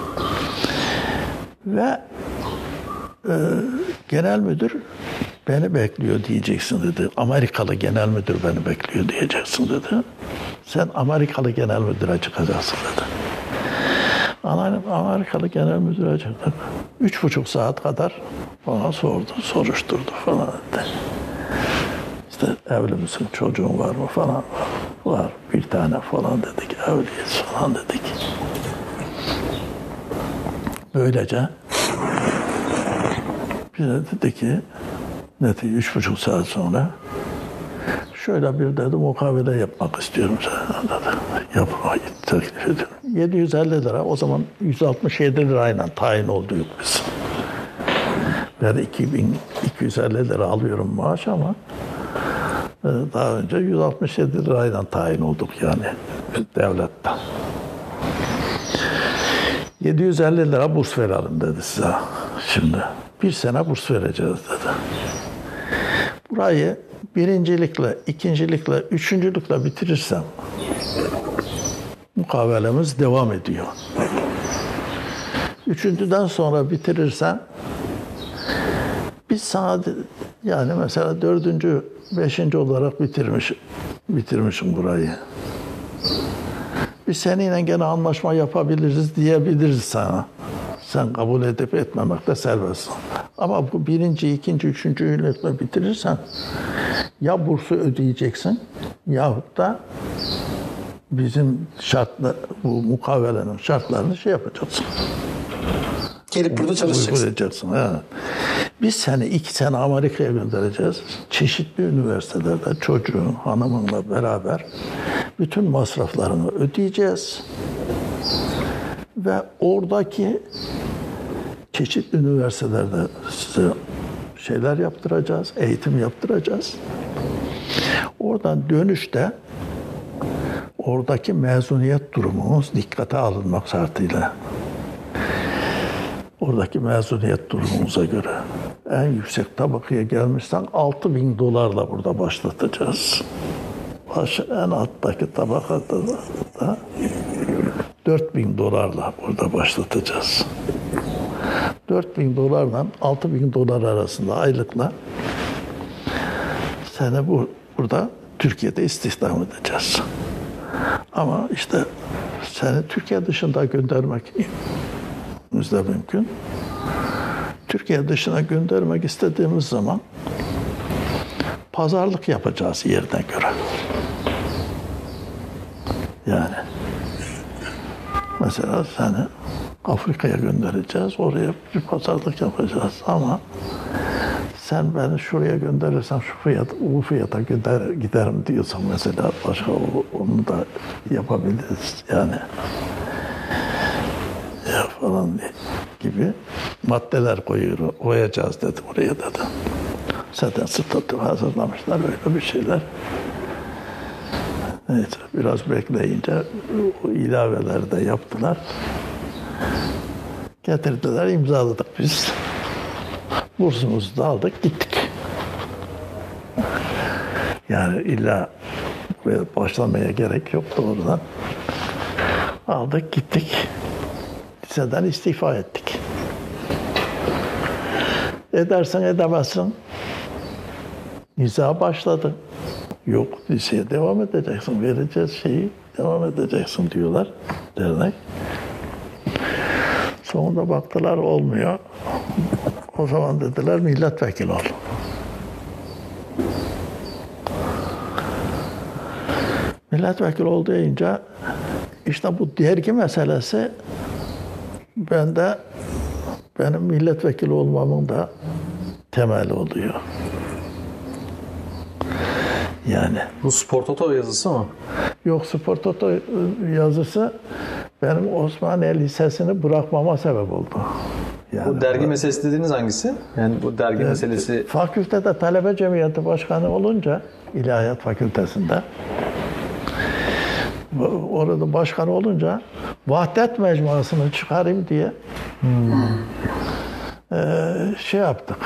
Ve e, genel müdür beni bekliyor diyeceksin dedi. Amerikalı genel müdür beni bekliyor diyeceksin dedi. Sen Amerikalı genel müdüre çıkacaksın dedi. Amerikalı genel müdüre çıktık. Üç buçuk saat kadar bana sordu, soruşturdu falan dedi. İşte evli misin, çocuğun var mı falan. Var, bir tane falan dedik, evliyiz falan dedik. Böylece bize dedi ki, netice üç buçuk saat sonra şöyle bir dedi mukavele yapmak istiyorum sana dedi. Yapmayı teklif ediyorum. yedi yüz elli lira o zaman yüz altmış yedi lirayla tayin olduk biz. Ben iki bin iki yüz elli lira alıyorum maaş ama daha önce yüz altmış yedi lirayla tayin olduk yani devletten. yedi yüz elli lira burs verelim dedi size şimdi. Bir sene burs vereceğiz dedi. Burayı birincilikle, ikincilikle, üçüncülükle bitirirsem mukavelemiz devam ediyor. Üçüncüden sonra bitirirsen biz sana yani mesela dördüncü, beşinci olarak bitirmiş, bitirmişim burayı. Biz seninle gene anlaşma yapabiliriz diyebiliriz sana. Sen kabul edip etmemekte serbestsin. Ama bu birinci, ikinci, üçüncü yıllıkla bitirirsen ya bursu ödeyeceksin yahut da bizim şartla, bu mukavelenin şartlarını şey yapacaksın. Gelip burada çalışacaksın. Uygulayacaksın. Evet. Biz seni iki sene Amerika'ya göndereceğiz. Çeşitli üniversitelerde çocuğun, hanımınla beraber bütün masraflarını ödeyeceğiz. Ve oradaki çeşitli üniversitelerde size şeyler yaptıracağız, eğitim yaptıracağız. Oradan dönüşte oradaki mezuniyet durumunuz dikkate alınmak şartıyla oradaki mezuniyet durumumuza göre en yüksek tabakaya gelmişsen altı bin dolarla burada başlatacağız. Baş, en alttaki tabakada da dört bin dolarla burada başlatacağız. dört bin dolarla altı bin dolar arasında aylıkla seni bu, burada Türkiye'de istihdam edeceğiz. Ama işte seni Türkiye dışında göndermek de mümkün. Türkiye dışına göndermek istediğimiz zaman pazarlık yapacağız yerine göre. Yani mesela seni Afrika'ya göndereceğiz. Oraya bir pazarlık yapacağız ama sen beni şuraya gönderirsen şu fiyat, bu fiyata gider, giderim diyorsan mesela başka onu da yapabiliriz yani. Ya falan gibi maddeler koyuyor, koyacağız dedi buraya dedi. Zaten statü hazırlamışlar öyle bir şeyler. Neyse biraz bekleyince o ilaveleri de yaptılar. Getirdiler, imzaladık biz. Bursumuzu da aldık, gittik. Yani illa başlamaya gerek yoktu oradan. Aldık, gittik. Liseden istifa ettik. Edersen edemezsin. Niza başladı. Yok, liseye devam edeceksin, vereceğiz şeyi, devam edeceksin diyorlar dernek. Sonunda baktılar olmuyor. O zaman dediler milletvekili ol. Milletvekili ol deyince işte bu dergi meselesi bende benim milletvekili olmamın da temeli oluyor. Yani. Bu Spor Toto yazısı mı? Yok, Spor Toto yazısı benim Osmaniye Lisesi'ni bırakmama sebep oldu. Yani bu dergi meselesi dediğiniz hangisi? Yani bu dergi e, meselesi... Fakültede Talebe Cemiyeti Başkanı olunca İlahiyat Fakültesi'nde orada başkan olunca Vahdet Mecmuası'nı çıkarayım diye hmm. e, şey yaptık.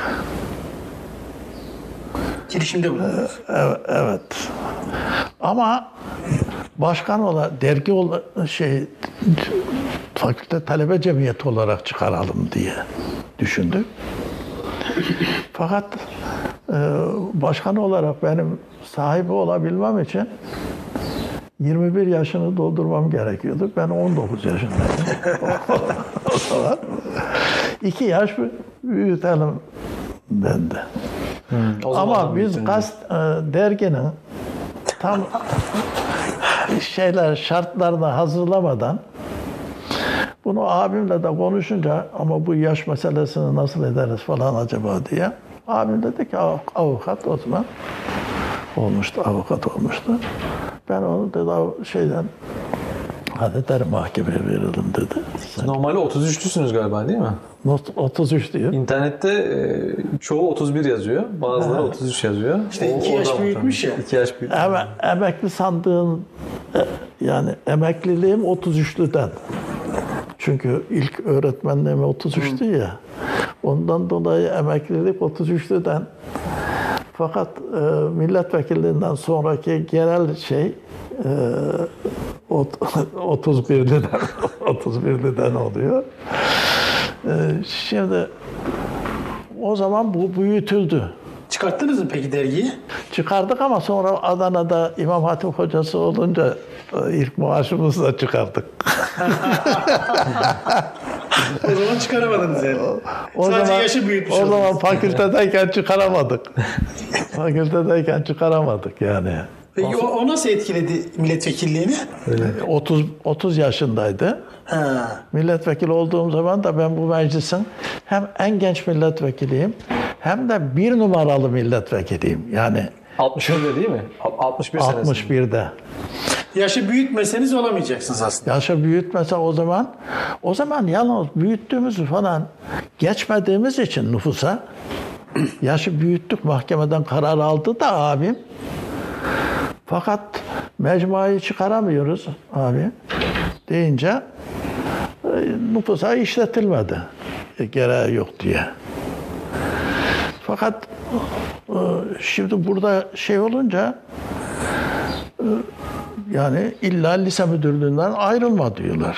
Girişimde bulundunuz. Evet, evet. Ama başkan olarak dergi olarak şey fakülte talebe cemiyeti olarak çıkaralım diye düşündük. Fakat e, başkan olarak benim sahibi olabilmem için yirmi bir yaşını doldurmam gerekiyordu. Ben on dokuz yaşındaydım. O zaman iki yaş büyütelim dendi. Hmm, ama biz gaz e, derginin tam şeyler şartlarını hazırlamadan bunu abimle de konuşunca ama bu yaş meselesini nasıl ederiz falan acaba diye abim dedi ki avukat o zaman olmuştu, avukat olmuştu. Ben onu dedi şeyden hadi derim mahkemeye verelim dedi. Normalde otuz üçlüsünüz galiba değil mi? otuz üç diyor. İnternette e, çoğu otuz bir yazıyor. Bazıları ha. otuz üç yazıyor. İşte iki yaş büyükmüş ya. iki yaş büyük. Eme, emekli sandığın yani emekliliğim otuz üçlüden. Çünkü ilk öğretmenliğim otuz üçtü ya. Ondan dolayı emeklilik otuz üçlüden. Fakat e, milletvekilliğinden sonraki genel şey e, otuz birliden otuz birliden oluyor. E, şimdi o zaman bu büyütüldü. Çıkarttınız mı peki dergiyi? Çıkardık ama sonra Adana'da İmam Hatip hocası olunca ilk maaşımızla çıkardık. O zaman çıkaramadınız yani. O, o Sadece zaman, yaşı büyütmüş O oldunuz. zaman fakültedeyken çıkaramadık. fakültedeyken çıkaramadık yani. Peki o, o nasıl etkiledi milletvekilliğini? otuz otuz yaşındaydı. Ha. Milletvekili olduğum zaman da ben bu meclisin hem en genç milletvekiliyim hem de bir numaralı milletvekiliyim. Yani altmış birde değil mi? altmış bir senesinde. altmış birde. Yaşı büyütmeseniz olamayacaksınız aslında. Yaşı büyütmese o zaman, o zaman yalnız büyüttüğümüzü falan geçmediğimiz için nüfusa, yaşı büyüttük, mahkemeden karar aldı da abim. Fakat mecmuayı çıkaramıyoruz abi deyince nüfusa işletilmedi. E, gereği yok diye. Fakat e, şimdi burada şey olunca e, yani illa lise müdürlüğünden ayrılma diyorlar.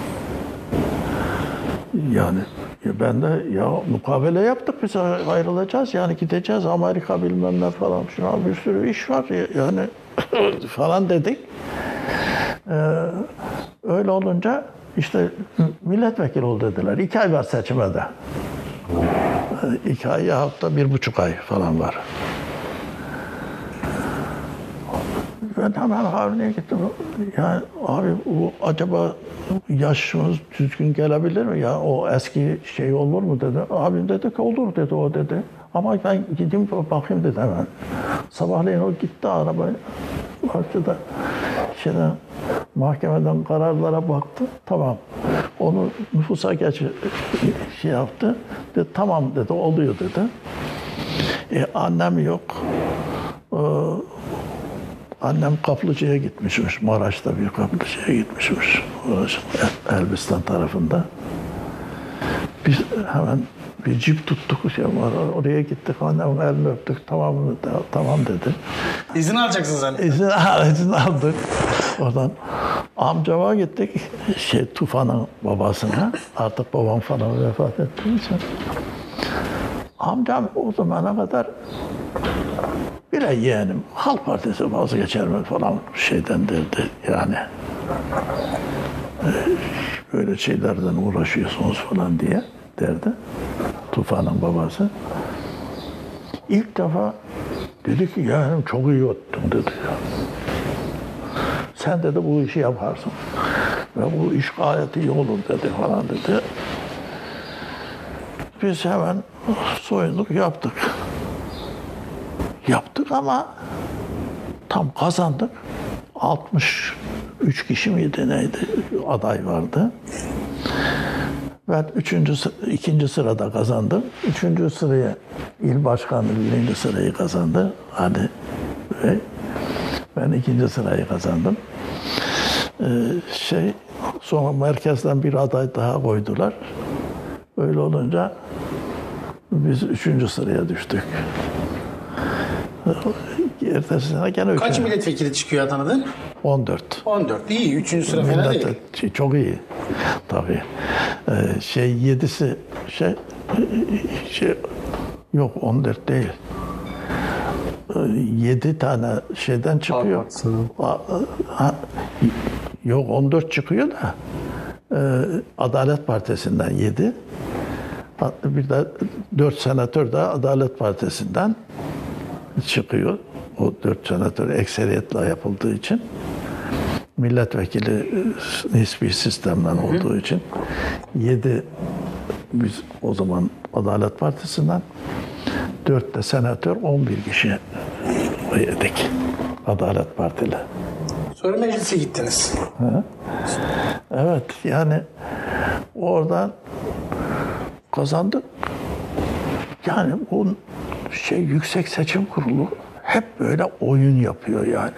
Yani ya ben de ya mukabele yaptık biz ayrılacağız yani gideceğiz Amerika bilmem ne falan şuna bir sürü iş var yani falan dedik. Ee, öyle olunca işte milletvekili ol dediler. İki ay var seçime de. İki ay yahut da bir buçuk ay falan var. Ben hemen Harun'a gittim. Ya abi o acaba yaşımız düzgün gelebilir mi? Ya o eski şey olur mu dedi. Abim dedi ki olur dedi o dedi. Ama ben gideyim bakayım dedi hemen. Sabahleyin o gitti arabaya. Baktı da şeyden, mahkemeden kararlara baktı. Tamam. Onu nüfusa geç şey yaptı. Dedi, tamam dedi oluyor dedi. E, annem yok. Ee, Annem kaplıcaya gitmişmiş. Maraş'ta bir kaplıcaya gitmişmiş. Elbistan tarafında. Biz hemen bir cip tuttuk. Şey var. Oraya gittik. Annemin elini öptük. Tamam, tamam dedi. İzin alacaksınız anne. İzin, izin aldık. Oradan amcama gittik. Şey Tufan'ın babasına. Artık babam falan vefat ettiği için. Amcam o zamana kadar bile yeğenim, Halk Partisi vazgeçer mi falan şeyden derdi yani. Böyle şeylerden uğraşıyorsunuz falan diye derdi. Tufan'ın babası. İlk defa dedi ki yeğenim çok iyi ottun dedi. Sen dedi bu işi yaparsın. Ve bu iş gayet iyi olur dedi falan dedi. Biz hemen soyunduk yaptık. Yaptık ama tam kazandık. altmış üç kişi miydi neydi aday vardı. Ben üçüncü, ikinci sırada kazandım. Üçüncü sıraya il başkanı birinci sırayı kazandı. Hadi ve ben ikinci sırayı kazandım. Ee, şey sonra merkezden bir aday daha koydular. Öyle olunca biz üçüncü sıraya düştük. Ertesi sene gene Kaç üçüncü. milletvekili çıkıyor Adana'dan? on dört. on dört. İyi. Üçüncü sıra fena değil. Millet çok iyi. Tabii. Ee, şey yedisi şey şey yok on dört değil. Ee, yedi tane şeyden çıkıyor. A- a- Yok on dört çıkıyor da e, Adalet Partisi'nden yedi. Bir de dört senatör de Adalet Partisi'nden çıkıyor. O dört senatör ekseriyetle yapıldığı için. Milletvekili nispi sistemden olduğu için yedi biz o zaman Adalet Partisi'nden dört de senatör on bir kişi yedik Adalet Partili. Sonra meclise gittiniz. Evet yani oradan kazandık. Yani bu şey Yüksek Seçim Kurulu hep böyle oyun yapıyor yani.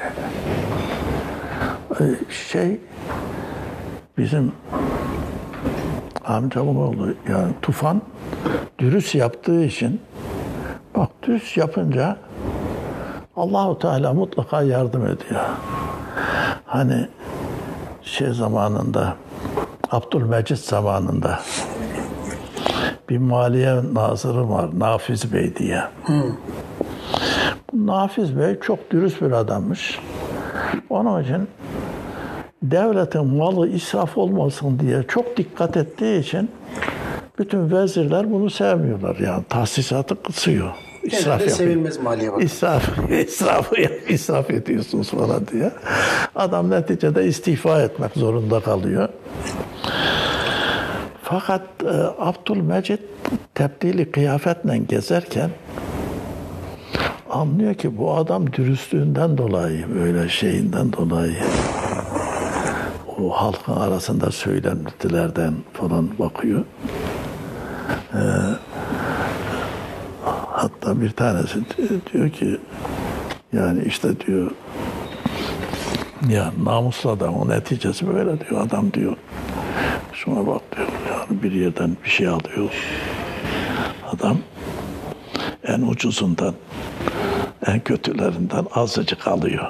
Ee, Şey bizim amcamın oğlu yani Tufan dürüst yaptığı için bak dürüst yapınca Allahu Teala mutlaka yardım ediyor. Hani şey zamanında Abdülmecit zamanında bir maliye nazırı var Nafiz Bey diye. Hmm. Bu Nafiz Bey çok dürüst bir adammış. Onun için devletin malı israf olmasın diye çok dikkat ettiği için bütün vezirler bunu sevmiyorlar. Yani tahsisatı kısıyor. İsraf Genelde yapıyor. sevilmez Maliye Bakanı. İsraf, israf, israf ediyorsunuz falan diye. Adam neticede istifa etmek zorunda kalıyor. Fakat e, Abdülmecit tebdili kıyafetle gezerken anlıyor ki bu adam dürüstlüğünden dolayı, böyle şeyinden dolayı o halkın arasında söylentilerden falan bakıyor. Ee, hatta bir tanesi diyor ki yani işte diyor ya namuslu adam o neticesi böyle diyor adam diyor. Şuna bak diyor yani bir yerden bir şey alıyor. Adam en ucuzundan en kötülerinden azıcık alıyor.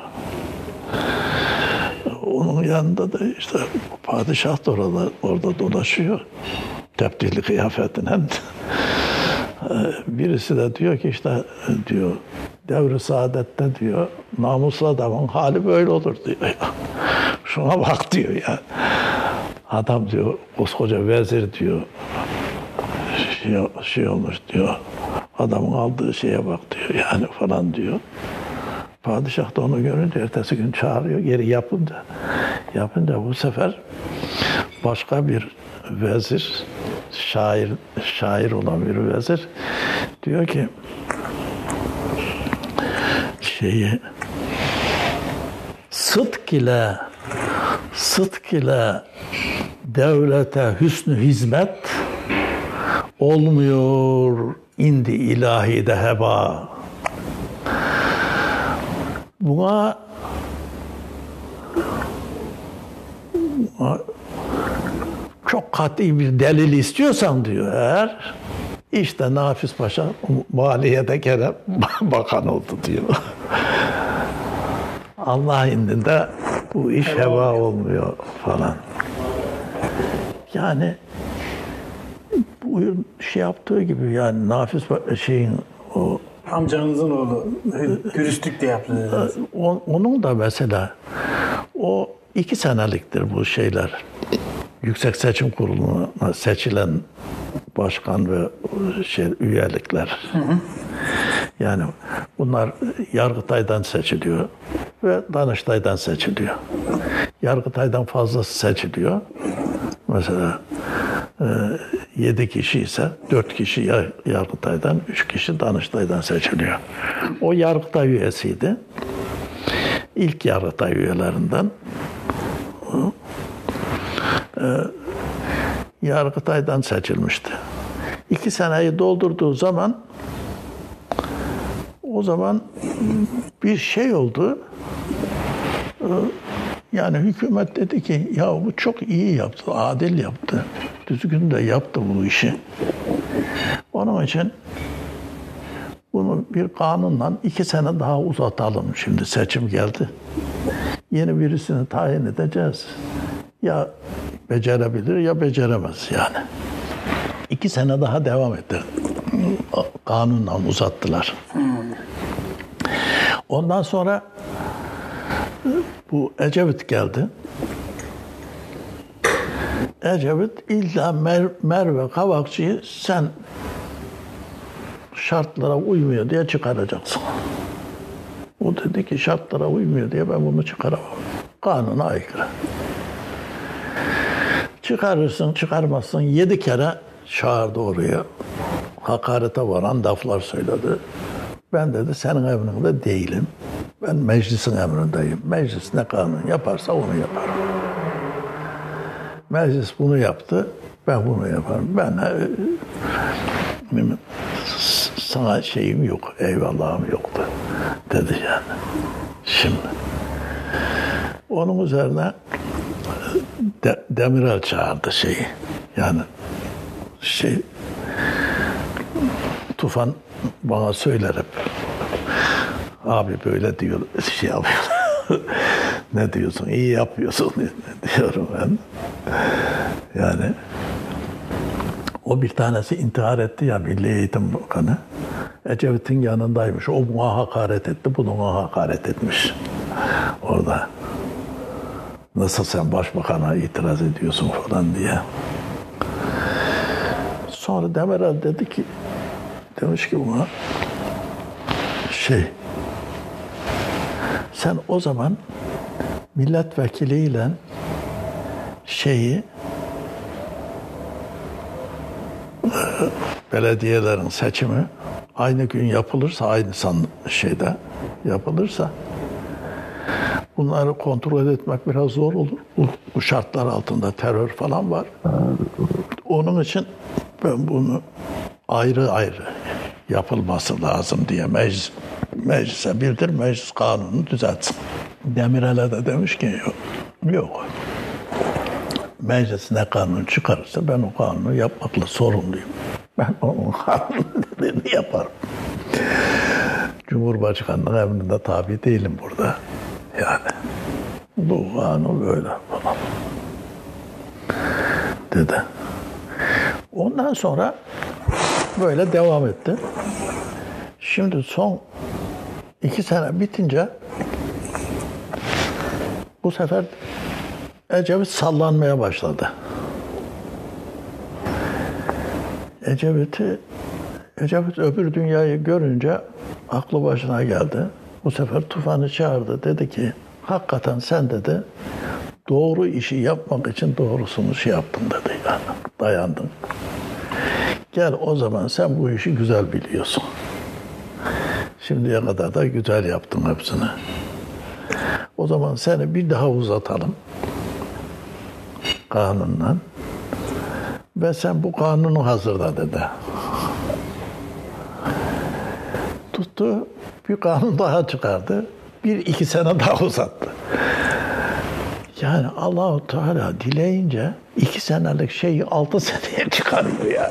Onun yanında da işte padişah da orada, orada dolaşıyor. Tebdili kıyafetine. Birisi de diyor ki işte diyor devr-i saadette diyor namuslu adamın hali böyle olur diyor. Şuna bak diyor ya. Adam diyor koskoca vezir diyor şey, şey olmuş diyor. Adamın aldığı şeye bak diyor yani falan diyor. Padişah da onu görünce ertesi gün çağırıyor geri yapınca. Yapınca bu sefer başka bir vezir, şair şair olan bir vezir diyor ki şeyi sıdk ile sıdk ile devlete hüsnü hizmet olmuyor indi ilahide heba. Buna, buna çok kat'i bir delil istiyorsan diyor eğer işte Nafiz Paşa maliyede kere bakan oldu diyor. Allah indinde bu iş heba olmuyor falan. Yani bu şey yaptığı gibi yani Nafiz şeyin o Amcanızın oğlu dürüstlük de yaptı. onun da mesela o iki seneliktir bu şeyler. Yüksek Seçim Kurulu'na seçilen başkan ve şey üyelikler. Hı hı. Yani bunlar Yargıtay'dan seçiliyor ve Danıştay'dan seçiliyor. Yargıtay'dan fazlası seçiliyor. Mesela e, yedi kişi ise dört kişi Yargıtay'dan, üç kişi Danıştay'dan seçiliyor. O Yargıtay üyesiydi. İlk Yargıtay üyelerinden. E, Yargıtay'dan seçilmişti. İki seneyi doldurduğu zaman o zaman bir şey oldu. Yani hükümet dedi ki ya bu çok iyi yaptı, adil yaptı, düzgün de yaptı bu işi. Onun için bunu bir kanunla iki sene daha uzatalım. Şimdi seçim geldi. Yeni birisini tayin edeceğiz. Ya becerebilir ya beceremez yani. İki sene daha devam etti. Kanunla uzattılar. Ondan sonra bu Ecevit geldi. Ecevit illa Mer Merve Kavakçı'yı sen şartlara uymuyor diye çıkaracaksın. O dedi ki şartlara uymuyor diye ben bunu çıkaramam. Kanuna aykırı. Çıkarırsın, çıkarmazsın. Yedi kere çağırdı oraya. Hakarete varan laflar söyledi. Ben dedi senin emrinde değilim. Ben meclisin emrindeyim. Meclis ne kanun yaparsa onu yaparım. Meclis bunu yaptı. Ben bunu yaparım. Ben benim sana şeyim yok, eyvallahım yoktu dedi yani. Şimdi onun üzerine de, Demirel çağırdı şeyi. Yani şey Tufan bana söyler hep. Abi böyle diyor, şey yapıyor. Ne diyorsun? İyi yapıyorsun diyorum ben. Yani o bir tanesi intihar etti ya Milli Eğitim Bakanı. Ecevit'in yanındaymış. O buna hakaret etti, bu buna hakaret etmiş. Orada. Nasıl sen başbakana itiraz ediyorsun falan diye. Sonra Demirel dedi ki, demiş ki buna, şey, sen o zaman milletvekiliyle şeyi belediyelerin seçimi aynı gün yapılırsa, aynı san şeyde yapılırsa bunları kontrol etmek biraz zor olur. Bu, bu şartlar altında terör falan var. Onun için ben bunu ayrı ayrı yapılması lazım diye meclis, meclise bildir, meclis kanunu düzeltsin. Demirel'e de demiş ki yok. yok. Meclis ne kanun çıkarırsa ben o kanunu yapmakla sorumluyum. Ben onun kanunu dediğini yaparım. Cumhurbaşkanlığı emrinde tabi değilim burada. Yani bu kanun böyle falan dedi. Ondan sonra böyle devam etti. Şimdi son iki sene bitince bu sefer Ecevit sallanmaya başladı. Ecevit'i Ecevit öbür dünyayı görünce aklı başına geldi. Bu sefer Tufan'ı çağırdı. Dedi ki hakikaten sen dedi doğru işi yapmak için doğrusunu şey yaptın dedi yani. Dayandın. Gel o zaman sen bu işi güzel biliyorsun. Şimdiye kadar da güzel yaptın hepsini. O zaman seni bir daha uzatalım. Kanunla. Ve sen bu kanunu hazırla dedi. Tuttu, bir kanun daha çıkardı. Bir iki sene daha uzattı. Yani Allah-u Teala dileyince iki senelik şeyi altı seneye çıkarıyor ya.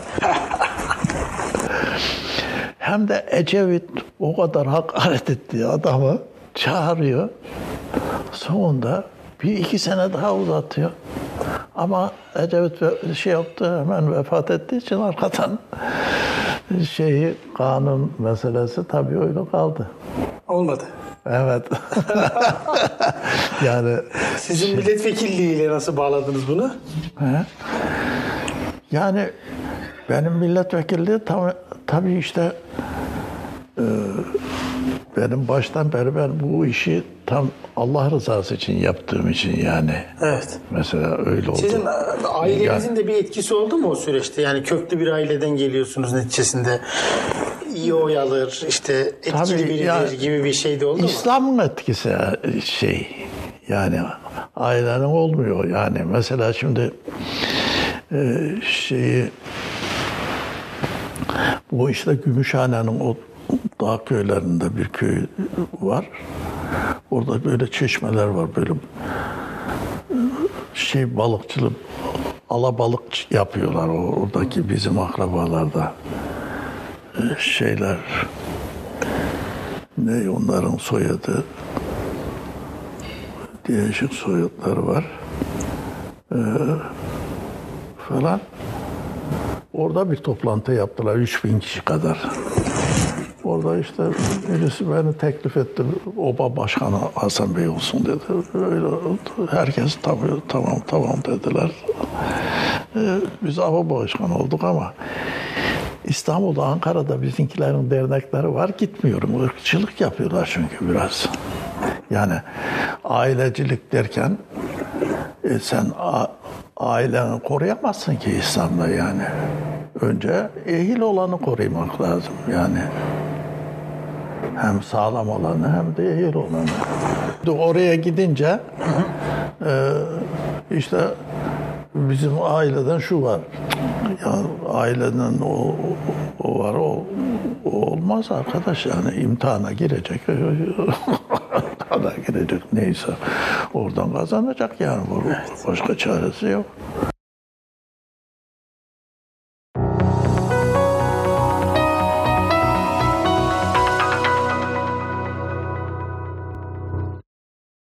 Hem de Ecevit o kadar hakaret ettiği adamı çağırıyor. Sonunda bir iki sene daha uzatıyor. Ama Ecevit şey yaptı, hemen vefat ettiği için arkadan şeyi, kanun meselesi tabii öyle kaldı. Olmadı. Evet. Yani sizin şey, milletvekilliğiyle nasıl bağladınız bunu? He? Yani benim milletvekilliği tam, tabii işte e, benim baştan beri ben bu işi tam Allah rızası için yaptığım için yani. Evet. Mesela öyle oldu. Sizin ailenizin yani, de bir etkisi oldu mu o süreçte? Yani köklü bir aileden geliyorsunuz neticesinde. İyi oy alır, işte etkili biridir yani, gibi bir şey de oldu mu? İslam'ın etkisi şey yani ailenin olmuyor yani. Mesela şimdi e, şeyi bu işte Gümüşhane'nin o dağ köylerinde bir köy var. Orada böyle çeşmeler var böyle şey balıkçılık, alabalık yapıyorlar oradaki bizim akrabalarda. Şeyler, ne onların soyadı, değişik soyadları var ee, falan. Orada bir toplantı yaptılar, üç bin kişi kadar. Orada işte birisi beni teklif etti, oba başkanı Hasan Bey olsun dedi. Öyle oldu. Herkes tabii tamam tamam dediler. Ee, biz oba başkan olduk ama İstanbul'da, Ankara'da bizimkilerin dernekleri var, gitmiyorum. Irkçılık yapıyorlar çünkü biraz. Yani ailecilik derken e, sen a, aileni koruyamazsın ki İslam'da yani. Önce ehil olanı korumak lazım yani. Hem sağlam olanı hem de ehil olanı. Oraya gidince e, işte bizim aileden şu var. Ya aileden o, o var, o, o olmaz arkadaş yani imtihana girecek. imtihana girecek neyse oradan kazanacak yani. Başka çaresi yok.